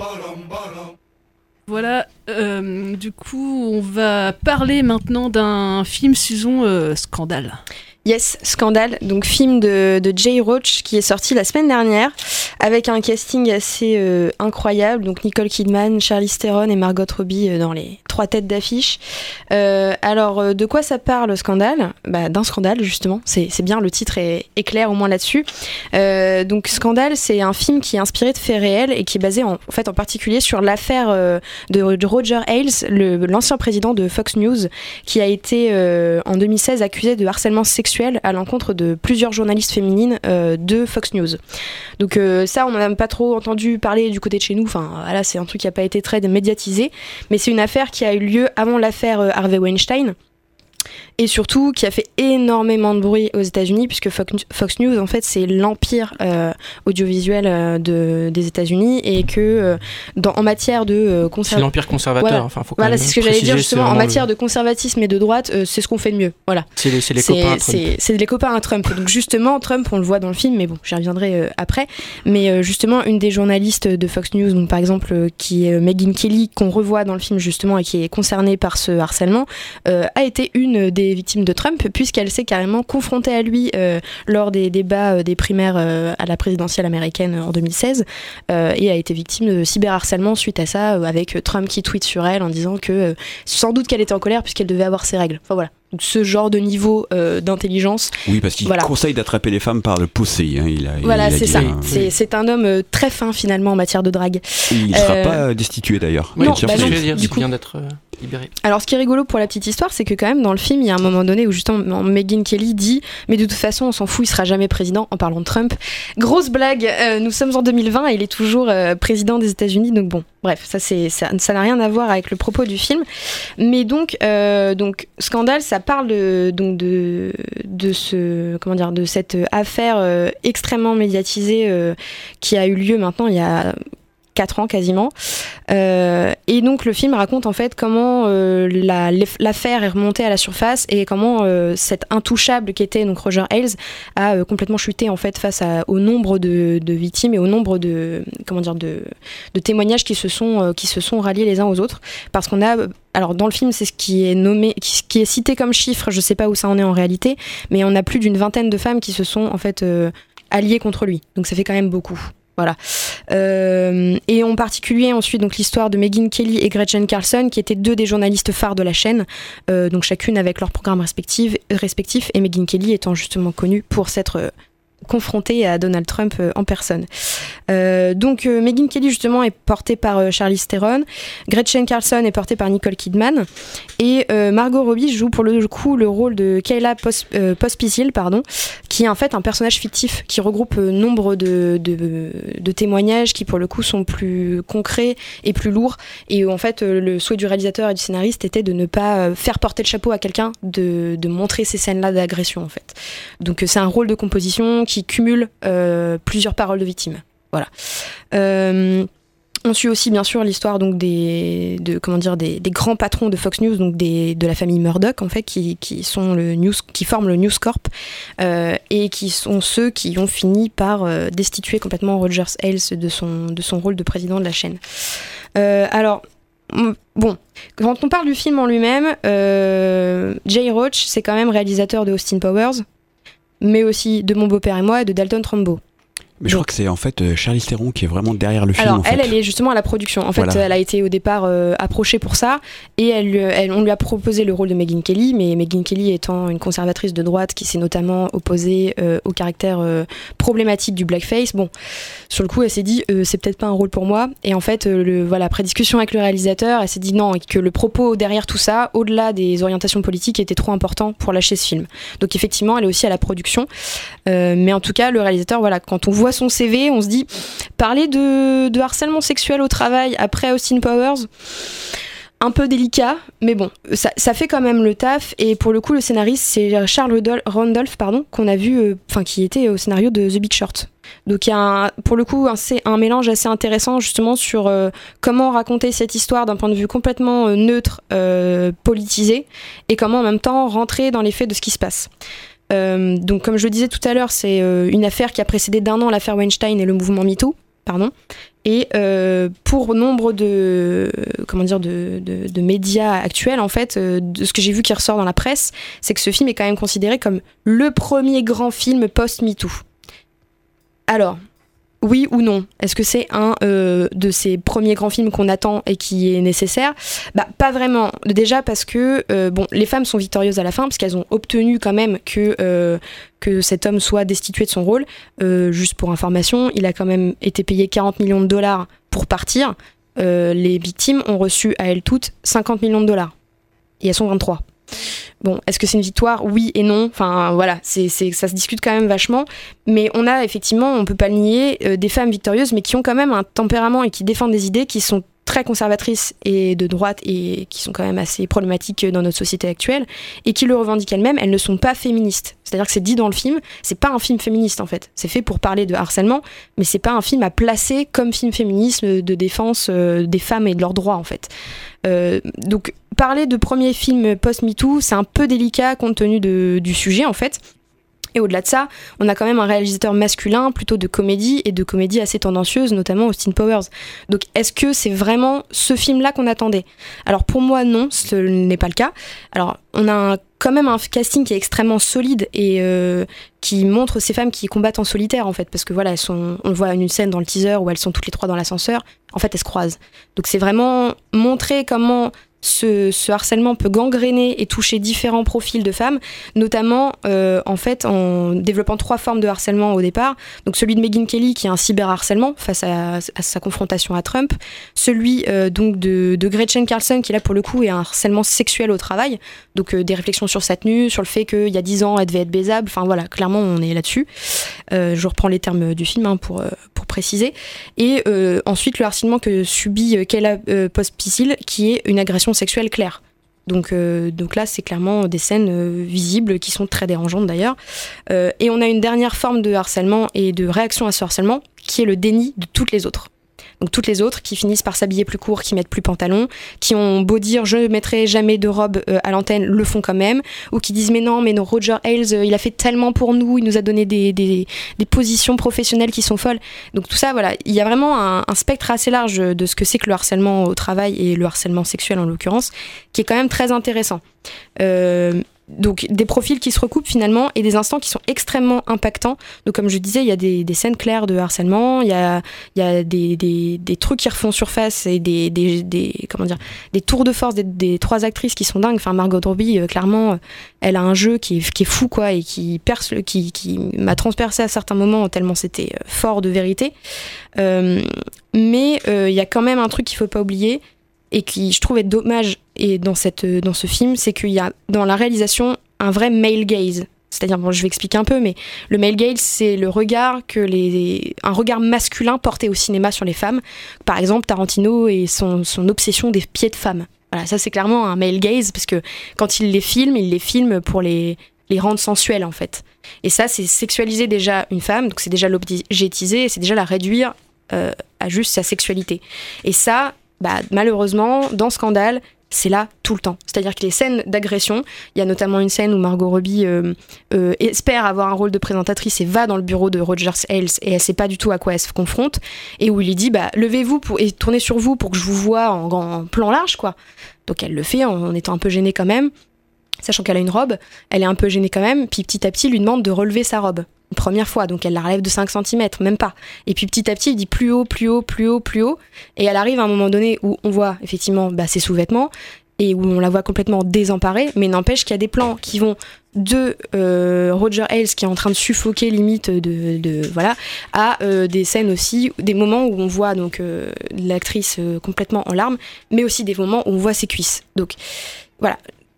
Voilà, euh, du coup, on va parler maintenant d'un film saison euh, Scandale. Yes, Scandale, donc film de, de Jay Roach qui est sorti la semaine dernière avec un casting assez euh, incroyable, donc Nicole Kidman, Charlize Theron et Margot Robbie euh, dans les trois têtes d'affiche. Euh, alors, euh, de quoi ça parle, Scandale ? Bah, d'un scandale, justement, c'est, c'est bien, le titre est, est clair au moins là-dessus. Euh, donc, Scandale, c'est un film qui est inspiré de faits réels et qui est basé en, en fait en particulier sur l'affaire euh, de, de Roger Ailes, le, l'ancien président de Fox News, qui a été euh, en deux mille seize accusé de harcèlement sexuel à l'encontre de plusieurs journalistes féminines euh, de Fox News. Donc euh, ça, on n'en a pas trop entendu parler du côté de chez nous. Enfin, là, c'est un truc qui n'a pas été très médiatisé, mais c'est une affaire qui a eu lieu avant l'affaire euh, Harvey Weinstein. Et surtout qui a fait énormément de bruit aux États-Unis, puisque Fox News, en fait, c'est l'empire euh, audiovisuel euh, de, des États-Unis, et que euh, dans, en matière de euh, conservatisme, c'est l'empire conservateur. Voilà, enfin, faut quand voilà même c'est ce que j'allais dire justement. En matière le... de conservatisme et de droite, euh, c'est ce qu'on fait de mieux. Voilà. C'est les, c'est les c'est, copains à Trump. C'est, c'est les copains à Trump. Donc justement, Trump, on le voit dans le film, mais bon, j'y reviendrai euh, après. Mais euh, justement, une des journalistes de Fox News, donc par exemple, euh, qui est Megyn Kelly, qu'on revoit dans le film justement et qui est concernée par ce harcèlement, euh, a été une des victimes de Trump, puisqu'elle s'est carrément confrontée à lui euh, lors des débats euh, des primaires euh, à la présidentielle américaine en deux mille seize euh, et a été victime de cyberharcèlement suite à ça, euh, avec Trump qui tweet sur elle en disant que euh, sans doute qu'elle était en colère puisqu'elle devait avoir ses règles. Enfin voilà. Donc, ce genre de niveau euh, d'intelligence. Oui, parce qu'il voilà. conseille d'attraper les femmes par le pussy. Hein. Il a, voilà, il a c'est dit, ça. hein. C'est, c'est un homme euh, très fin finalement en matière de drague. Il ne euh... sera pas destitué d'ailleurs. Oui, non, c'est bah ce que non, je veux dire, du il coup. vient d'être euh, libéré. Alors, ce qui est rigolo pour la petite histoire, c'est que quand même dans le film, il y a un moment donné où justement Megyn Kelly dit « Mais de toute façon, on s'en fout, il sera jamais président » en parlant de Trump. Grosse blague, euh, nous sommes en deux mille vingt et il est toujours euh, président des États-Unis, donc bon, bref, ça, c'est, ça, ça n'a rien à voir avec le propos du film. Mais donc, euh, donc Scandale, ça parle de, donc de, de, ce, comment dire, de cette affaire euh, extrêmement médiatisée euh, qui a eu lieu maintenant il y a quatre ans quasiment. Euh, et donc le film raconte en fait comment euh, la, l'affaire est remontée à la surface et comment euh, cet intouchable qui était donc Roger Ailes a euh, complètement chuté en fait face à, au nombre de, de victimes et au nombre de comment dire de, de témoignages qui se sont euh, qui se sont ralliés les uns aux autres, parce qu'on a alors dans le film c'est ce qui est nommé qui, qui est cité comme chiffre, je sais pas où ça en est en réalité, mais on a plus d'une vingtaine de femmes qui se sont en fait euh, alliées contre lui, donc ça fait quand même beaucoup. Voilà. Euh, et en particulier ensuite donc l'histoire de Megyn Kelly et Gretchen Carlson, qui étaient deux des journalistes phares de la chaîne, euh, donc chacune avec leur programme respectif, respectif, et Megyn Kelly étant justement connue pour s'être euh, confrontée à Donald Trump euh, en personne. Euh, donc euh, Megyn Kelly justement est portée par euh, Charlize Theron, Gretchen Carlson est portée par Nicole Kidman, et euh, Margot Robbie joue pour le coup le rôle de Kayla Pos- euh, Pospisil, pardon, qui est en fait un personnage fictif qui regroupe euh, nombre de, de, de témoignages qui pour le coup sont plus concrets et plus lourds, et où en fait euh, le souhait du réalisateur et du scénariste était de ne pas euh, faire porter le chapeau à quelqu'un, de, de montrer ces scènes-là d'agression en fait. Donc euh, c'est un rôle de composition qui cumule euh, plusieurs paroles de victimes. Voilà. Euh, on suit aussi bien sûr l'histoire donc des, de, comment dire, des, des grands patrons de Fox News, donc des, de la famille Murdoch en fait, qui, qui, sont le news, qui forment le News Corp euh, et qui sont ceux qui ont fini par euh, destituer complètement Roger Ailes de son, de son rôle de président de la chaîne. Euh, alors, bon, quand on parle du film en lui-même, euh, Jay Roach, c'est quand même réalisateur de Austin Powers, mais aussi de Mon beau-père et moi et de Dalton Trumbo. Mais je Donc, crois que c'est en fait euh, Charlize Theron qui est vraiment derrière le film. Alors en elle, fait. elle est justement à la production. En fait, voilà. Elle a été au départ euh, approchée pour ça, et elle, elle, on lui a proposé le rôle de Megyn Kelly, mais Megyn Kelly étant une conservatrice de droite qui s'est notamment opposée euh, au caractère euh, problématique du blackface. Bon, sur le coup, elle s'est dit euh, c'est peut-être pas un rôle pour moi. Et en fait, euh, le, voilà, après discussion avec le réalisateur, elle s'est dit non, et que le propos derrière tout ça, au-delà des orientations politiques, était trop important pour lâcher ce film. Donc effectivement, elle est aussi à la production. Euh, mais en tout cas, le réalisateur, voilà, quand on voit voit son C V, on se dit parler de, de harcèlement sexuel au travail après Austin Powers, un peu délicat, mais bon, ça, ça fait quand même le taf. Et pour le coup, le scénariste, c'est Charles Rudolph, Randolph, pardon, qu'on a vu, enfin, euh, qui était au scénario de The Big Short. Donc il y a un, pour le coup un, un mélange assez intéressant justement sur euh, comment raconter cette histoire d'un point de vue complètement euh, neutre, euh, politisé, et comment en même temps rentrer dans les faits de ce qui se passe. Euh, donc comme je le disais tout à l'heure, c'est euh, une affaire qui a précédé d'un an l'affaire Weinstein et le mouvement MeToo, pardon. Et euh, pour nombre de, comment dire, de, de, de médias actuels, en fait, euh, de ce que j'ai vu qui ressort dans la presse, c'est que ce film est quand même considéré comme le premier grand film post-MeToo. Alors, oui ou non? Est-ce que c'est un euh, de ces premiers grands films qu'on attend et qui est nécessaire? Bah, pas vraiment. Déjà parce que euh, bon, les femmes sont victorieuses à la fin, parce qu'elles ont obtenu quand même que, euh, que cet homme soit destitué de son rôle. Euh, juste pour information, il a quand même été payé quarante millions de dollars pour partir. Euh, les victimes ont reçu à elles toutes cinquante millions de dollars. Et elles sont vingt-trois. Bon, est-ce que c'est une victoire? Oui et non. Enfin, voilà, c'est, c'est, ça se discute quand même vachement. Mais on a effectivement, on peut pas le nier, euh, des femmes victorieuses, mais qui ont quand même un tempérament et qui défendent des idées qui sont très conservatrices et de droite et qui sont quand même assez problématiques dans notre société actuelle et qui le revendiquent elles-mêmes. Elles ne sont pas féministes. C'est-à-dire que c'est dit dans le film, c'est pas un film féministe en fait. C'est fait pour parler de harcèlement, mais c'est pas un film à placer comme film féministe de défense euh, des femmes et de leurs droits en fait. Euh, donc parler de premier film post-MeToo, c'est un peu délicat compte tenu de, du sujet en fait. Et au-delà de ça, on a quand même un réalisateur masculin, plutôt de comédie, et de comédie assez tendancieuse, notamment Austin Powers. Donc est-ce que c'est vraiment ce film-là qu'on attendait? Alors pour moi, non, ce n'est pas le cas. Alors on a un, quand même un casting qui est extrêmement solide et euh, qui montre ces femmes qui combattent en solitaire, en fait, parce que voilà, elles sont, on le voit une scène dans le teaser où elles sont toutes les trois dans l'ascenseur, en fait elles se croisent. Donc c'est vraiment montrer comment Ce, ce harcèlement peut gangréner et toucher différents profils de femmes, notamment euh, en fait en développant trois formes de harcèlement au départ. Donc celui de Megyn Kelly qui est un cyberharcèlement face à, à sa confrontation à Trump, celui euh, donc de, de Gretchen Carlson qui là pour le coup est un harcèlement sexuel au travail, donc euh, des réflexions sur sa tenue, sur le fait qu'il y a dix ans elle devait être baisable, enfin voilà, clairement on est là-dessus. Euh, je reprends les termes du film hein, pour, euh, pour préciser. Et euh, ensuite le harcèlement que subit euh, Kayla euh, Pospisil qui est une agression sexuelle claire. Donc, euh, donc là, c'est clairement des scènes euh, visibles qui sont très dérangeantes d'ailleurs. Euh, et on a une dernière forme de harcèlement et de réaction à ce harcèlement qui est le déni de toutes les autres. Donc toutes les autres qui finissent par s'habiller plus court, qui mettent plus pantalon, qui ont beau dire je mettrai jamais de robe euh, à l'antenne, le font quand même, ou qui disent mais non, mais non, Roger Ailes, euh, il a fait tellement pour nous, il nous a donné des, des, des positions professionnelles qui sont folles. Donc tout ça, voilà, il y a vraiment un, un spectre assez large de ce que c'est que le harcèlement au travail et le harcèlement sexuel en l'occurrence, qui est quand même très intéressant. Euh, Donc des profils qui se recoupent finalement et des instants qui sont extrêmement impactants. Donc comme je disais, il y a des, des scènes claires de harcèlement, il y a, il y a des, des, des trucs qui refont surface et des, des, des, comment dire, des tours de force des, des trois actrices qui sont dingues. Enfin Margot Robbie, euh, clairement, elle a un jeu qui est, qui est fou quoi et qui, perce, qui, qui m'a transpercé à certains moments tellement c'était fort de vérité. Euh, mais euh, il y a quand même un truc qu'il faut pas oublier et qui je trouve est dommage et dans, cette, dans ce film, c'est qu'il y a dans la réalisation un vrai male gaze. C'est-à-dire, bon, je vais expliquer un peu, mais le male gaze, c'est le regard que les, un regard masculin porté au cinéma sur les femmes. Par exemple, Tarantino et son, son obsession des pieds de femmes. Voilà, ça c'est clairement un male gaze, parce que quand il les filme, il les filme pour les, les rendre sensuelles, en fait. Et ça, c'est sexualiser déjà une femme, donc c'est déjà l'objectiser, et c'est déjà la réduire euh, à juste sa sexualité. Et ça, bah, malheureusement, dans Scandale, c'est là tout le temps. C'est-à-dire que les scènes d'agression, il y a notamment une scène où Margot Robbie euh, euh, espère avoir un rôle de présentatrice et va dans le bureau de Roger Ailes et elle sait pas du tout à quoi elle se confronte et où il lui dit bah levez-vous pour, et tournez sur vous pour que je vous voie en, en plan large quoi. Donc elle le fait en, en étant un peu gênée quand même, sachant qu'elle a une robe, elle est un peu gênée quand même, puis petit à petit il lui demande de relever sa robe. Une première fois, donc elle la relève de cinq centimètres, même pas. Et puis petit à petit, il dit plus haut, plus haut, plus haut, plus haut. Et elle arrive à un moment donné où on voit effectivement bah, ses sous-vêtements et où on la voit complètement désemparée. Mais n'empêche qu'il y a des plans qui vont de euh, Roger Ailes qui est en train de suffoquer limite de, de voilà à euh, des scènes aussi, des moments où on voit donc euh, l'actrice euh, complètement en larmes, mais aussi des moments où on voit ses cuisses. Donc voilà.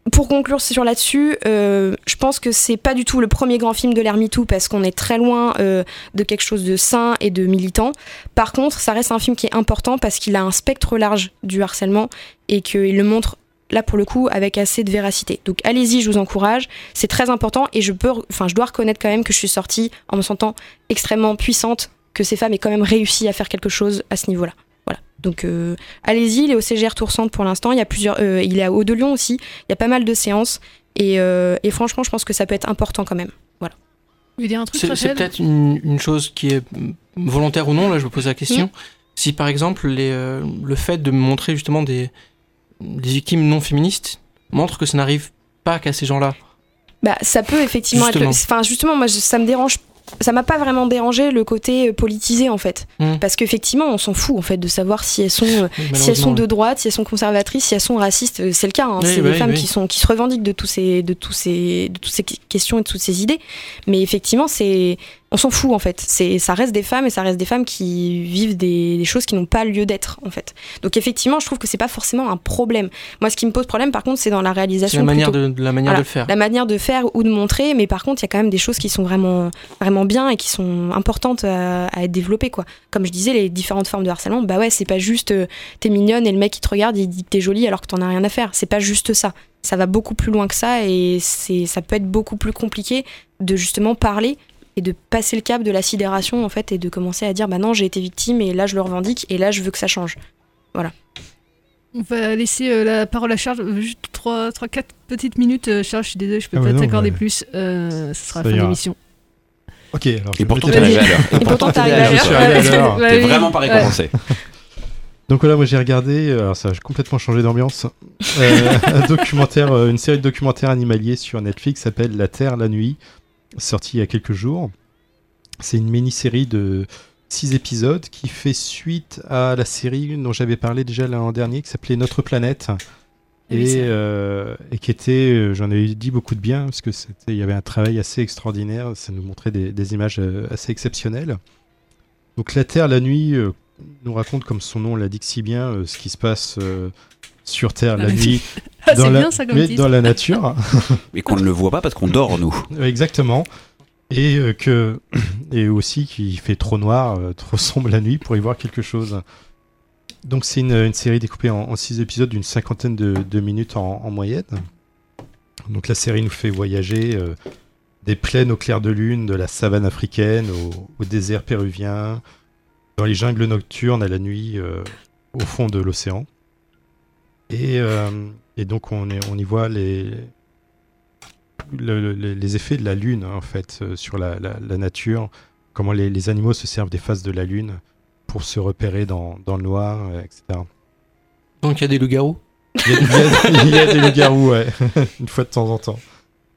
pour conclure sur là-dessus, euh, je pense que c'est pas du tout le premier grand film de l'ère MeToo parce qu'on est très loin euh, de quelque chose de sain et de militant. Par contre, ça reste un film qui est important parce qu'il a un spectre large du harcèlement et qu'il le montre là pour le coup avec assez de véracité. Donc allez-y, je vous encourage, c'est très important et je peux, enfin je dois reconnaître quand même que je suis sortie en me sentant extrêmement puissante, que ces femmes aient quand même réussi à faire quelque chose à ce niveau-là. Voilà. Donc euh, allez-y, il est au C G R Tour Centre pour l'instant, il y a plusieurs, euh, il est à Haut de Lyon aussi, il y a pas mal de séances et, euh, et franchement je pense que ça peut être important quand même. Voilà. Il y a un truc C'est, c'est peut-être une, une chose qui est volontaire ou non, là je me pose la question. Mmh. Si par exemple les, euh, le fait de montrer justement des des victimes non féministes montrent que ça n'arrive pas qu'à ces gens-là. Bah, ça peut effectivement justement. être. Enfin, justement, moi, ça me dérange. Ça m'a pas vraiment dérangé le côté politisé en fait, mmh. parce qu'effectivement, on s'en fout en fait de savoir si elles sont, oui, si elles sont de droite, si elles sont conservatrices, si elles sont racistes. C'est le cas. Hein. Oui, c'est oui, des femmes oui. qui sont qui se revendiquent de tous ces de tous ces de toutes ces questions et de toutes ces idées. Mais effectivement, c'est on s'en fout en fait. C'est ça reste des femmes et ça reste des femmes qui vivent des, des choses qui n'ont pas lieu d'être en fait. Donc effectivement, je trouve que c'est pas forcément un problème. Moi, ce qui me pose problème, par contre, c'est dans la réalisation. C'est la manière plutôt. de, de la manière voilà, de le faire. La manière de faire ou de montrer. Mais par contre, il y a quand même des choses qui sont vraiment vraiment bien et qui sont importantes à, à être développées quoi. Comme je disais, les différentes formes de harcèlement, bah ouais, c'est pas juste euh, t'es mignonne et le mec qui te regarde il dit que t'es jolie alors que t'en as rien à faire. C'est pas juste ça. Ça va beaucoup plus loin que ça et c'est ça peut être beaucoup plus compliqué de justement parler et de passer le cap de la sidération en fait et de commencer à dire bah non j'ai été victime et là je le revendique et là je veux que ça change. Voilà. On va laisser euh, la parole à Charles, euh, juste trois quatre petites minutes. Euh, Charles, je suis désolée, je peux ah pas ouais, t'accorder ouais. plus. Euh, ce sera ça la fin ira. de l'émission. Ok, alors et pourtant t'es arrivé à l'heure. Et pourtant t'es arrivé à l'heure. T'es vraiment pas récompensé. Donc voilà, moi j'ai regardé, alors ça a complètement changé d'ambiance, euh, un documentaire, euh, une série de documentaires animaliers sur Netflix s'appelle La Terre, la Nuit, sorti il y a quelques jours. C'est une mini-série de six épisodes qui fait suite à la série dont j'avais parlé déjà l'an dernier qui s'appelait Notre Planète. Et, euh, et qui était, euh, j'en ai dit beaucoup de bien parce que c'était, il y avait un travail assez extraordinaire, ça nous montrait des, des images euh, assez exceptionnelles. Donc La Terre, la Nuit euh, nous raconte, comme son nom l'indique si bien, euh, ce qui se passe euh, sur Terre la nuit, ah, dans, c'est la, bien, ça, comme mais titre. dans la nature. Et qu'on ne le voit pas parce qu'on dort, nous. Exactement. Et, euh, que, et aussi qu'il fait trop noir, euh, trop sombre la nuit pour y voir quelque chose. Donc c'est une, une série découpée en, en six épisodes d'une cinquantaine de, de minutes en, en moyenne. Donc la série nous fait voyager euh, des plaines au clair de lune, de la savane africaine au, au désert péruvien, dans les jungles nocturnes à la nuit, euh, au fond de l'océan. Et, euh, et donc on, est, on y voit les, le, le, les effets de la lune en fait euh, sur la, la, la nature, comment les, les animaux se servent des phases de la lune pour se repérer dans, dans le noir, euh, et cetera. Donc il y a des loups-garous. Il y a, il y a, il y a des loups-garous, ouais, une fois de temps en temps.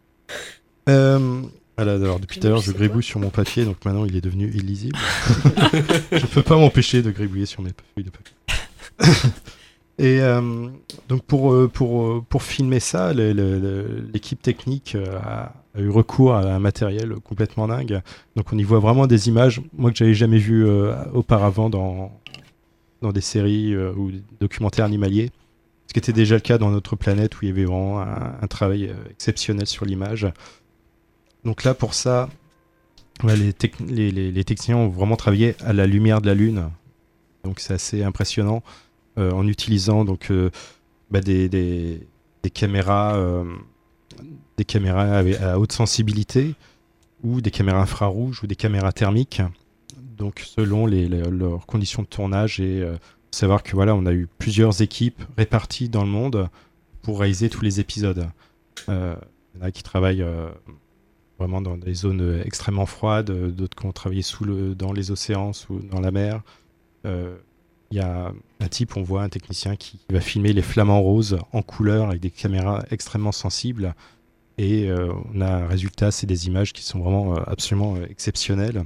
Euh, voilà, alors depuis tout à l'heure je gribouille sur mon papier, donc maintenant il est devenu illisible. Je peux pas m'empêcher de gribouiller sur mes feuilles de papier. Et euh, donc pour, pour, pour filmer ça, le, le, l'équipe technique a, a eu recours à un matériel complètement dingue. Donc on y voit vraiment des images, moi que j'avais jamais vues euh, auparavant dans, dans des séries euh, ou des documentaires animaliers. Ce qui était déjà le cas dans Notre Planète où il y avait vraiment un, un travail euh, exceptionnel sur l'image. Donc là pour ça, ouais, les, tec- les, les, les techniciens ont vraiment travaillé à la lumière de la Lune. Donc c'est assez impressionnant. Euh, en utilisant donc euh, bah, des, des, des caméras euh, des caméras avec, à haute sensibilité ou des caméras infrarouges ou des caméras thermiques, donc selon les, les, leurs conditions de tournage. Et euh, savoir que voilà, on a eu plusieurs équipes réparties dans le monde pour réaliser tous les épisodes. Euh, il y en a qui travaillent euh, vraiment dans des zones extrêmement froides, d'autres qui ont travaillé sous le, dans les océans, sous, dans la mer. euh, Il y a un type, on voit un technicien qui va filmer les flamants roses en couleur avec des caméras extrêmement sensibles. Et euh, on a un résultat, c'est des images qui sont vraiment euh, absolument euh, exceptionnelles.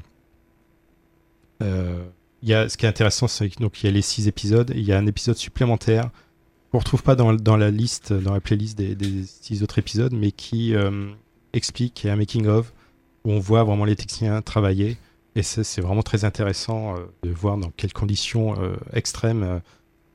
Euh, y a, ce qui est intéressant, c'est qu'il y a les six épisodes et il y a un épisode supplémentaire qu'on ne retrouve pas dans, dans la liste, dans la playlist des, des six autres épisodes, mais qui euh, explique, il y a un making-of où on voit vraiment les techniciens travailler. Et c'est, c'est vraiment très intéressant euh, de voir dans quelles conditions euh, extrêmes euh,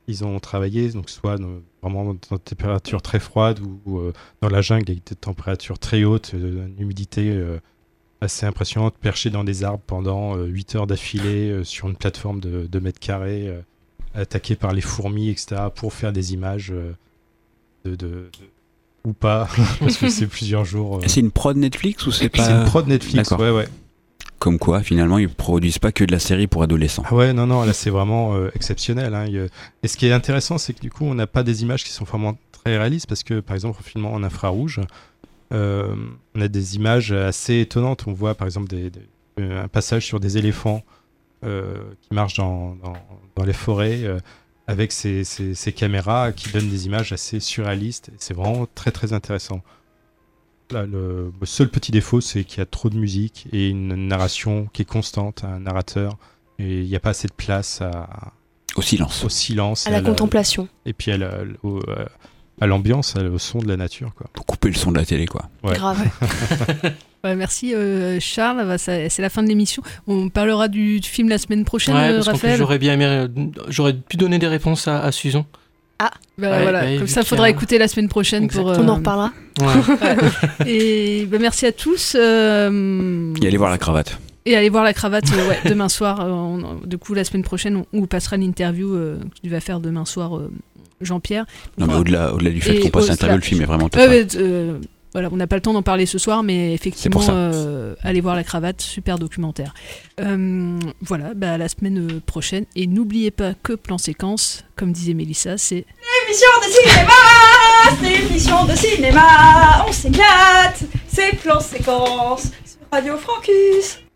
ils ont travaillé, donc soit dans, vraiment dans des températures très froides ou, ou euh, dans la jungle avec des températures très hautes, euh, une humidité euh, assez impressionnante, perchés dans des arbres pendant euh, huit heures d'affilée euh, sur une plateforme de deux mètres carrés, euh, attaqués par les fourmis, et cetera, pour faire des images euh, de, de, de ou pas, parce que c'est plusieurs jours. Euh... C'est une prod Netflix ou c'est pas... C'est une prod Netflix, D'accord. ouais, ouais. Comme quoi, finalement, ils produisent pas que de la série pour adolescents. Ah ouais, non, non, là c'est vraiment euh, exceptionnel. Hein. Et ce qui est intéressant, c'est que du coup, on n'a pas des images qui sont vraiment très réalistes, parce que par exemple, en filmant en infrarouge, euh, on a des images assez étonnantes. On voit par exemple des, des, un passage sur des éléphants euh, qui marchent dans, dans, dans les forêts. Euh, avec ces, ces, ces caméras qui donnent des images assez surréalistes. Et c'est vraiment très très intéressant. Là, le, le seul petit défaut, c'est qu'il y a trop de musique et une narration qui est constante, un narrateur, et il n'y a pas assez de place à, au silence. Au silence. À la contemplation. Et puis à, la, au, à l'ambiance, au son de la nature. Quoi. Pour couper le son de la télé, quoi. Ouais. Grave. Ouais, merci euh, Charles, bah, ça, c'est la fin de l'émission. On parlera du, du film la semaine prochaine, ouais, euh, parce qu'en Raphaël. plus, j'aurais bien aimé, euh, j'aurais pu donner des réponses à, à Susan. Ah, bah ouais, voilà, bah, comme ça, il faudra a... écouter la semaine prochaine. Pour, euh... On en reparlera. Ouais. Ouais. Et bah, merci à tous. Euh... Et allez voir la cravate. Et allez voir la cravate euh, ouais, demain soir. Euh, on, du coup, la semaine prochaine, on, on vous passera l'interview euh, que tu vas faire demain soir, euh, Jean-Pierre. Non, mais au-delà, au-delà du fait Et qu'on passe au- l'interview, le film est vraiment top. Euh, ouais, euh, voilà, on n'a pas le temps d'en parler ce soir, mais effectivement, C'est pour ça. euh, allez voir la cravate, super documentaire. Euh, voilà, bah, à la semaine prochaine. Et n'oubliez pas que Plan Séquence, comme disait Mélissa, c'est... L'émission de cinéma, c'est l'émission de cinéma, on s'éclate, c'est Plan Séquence sur Radio Francus.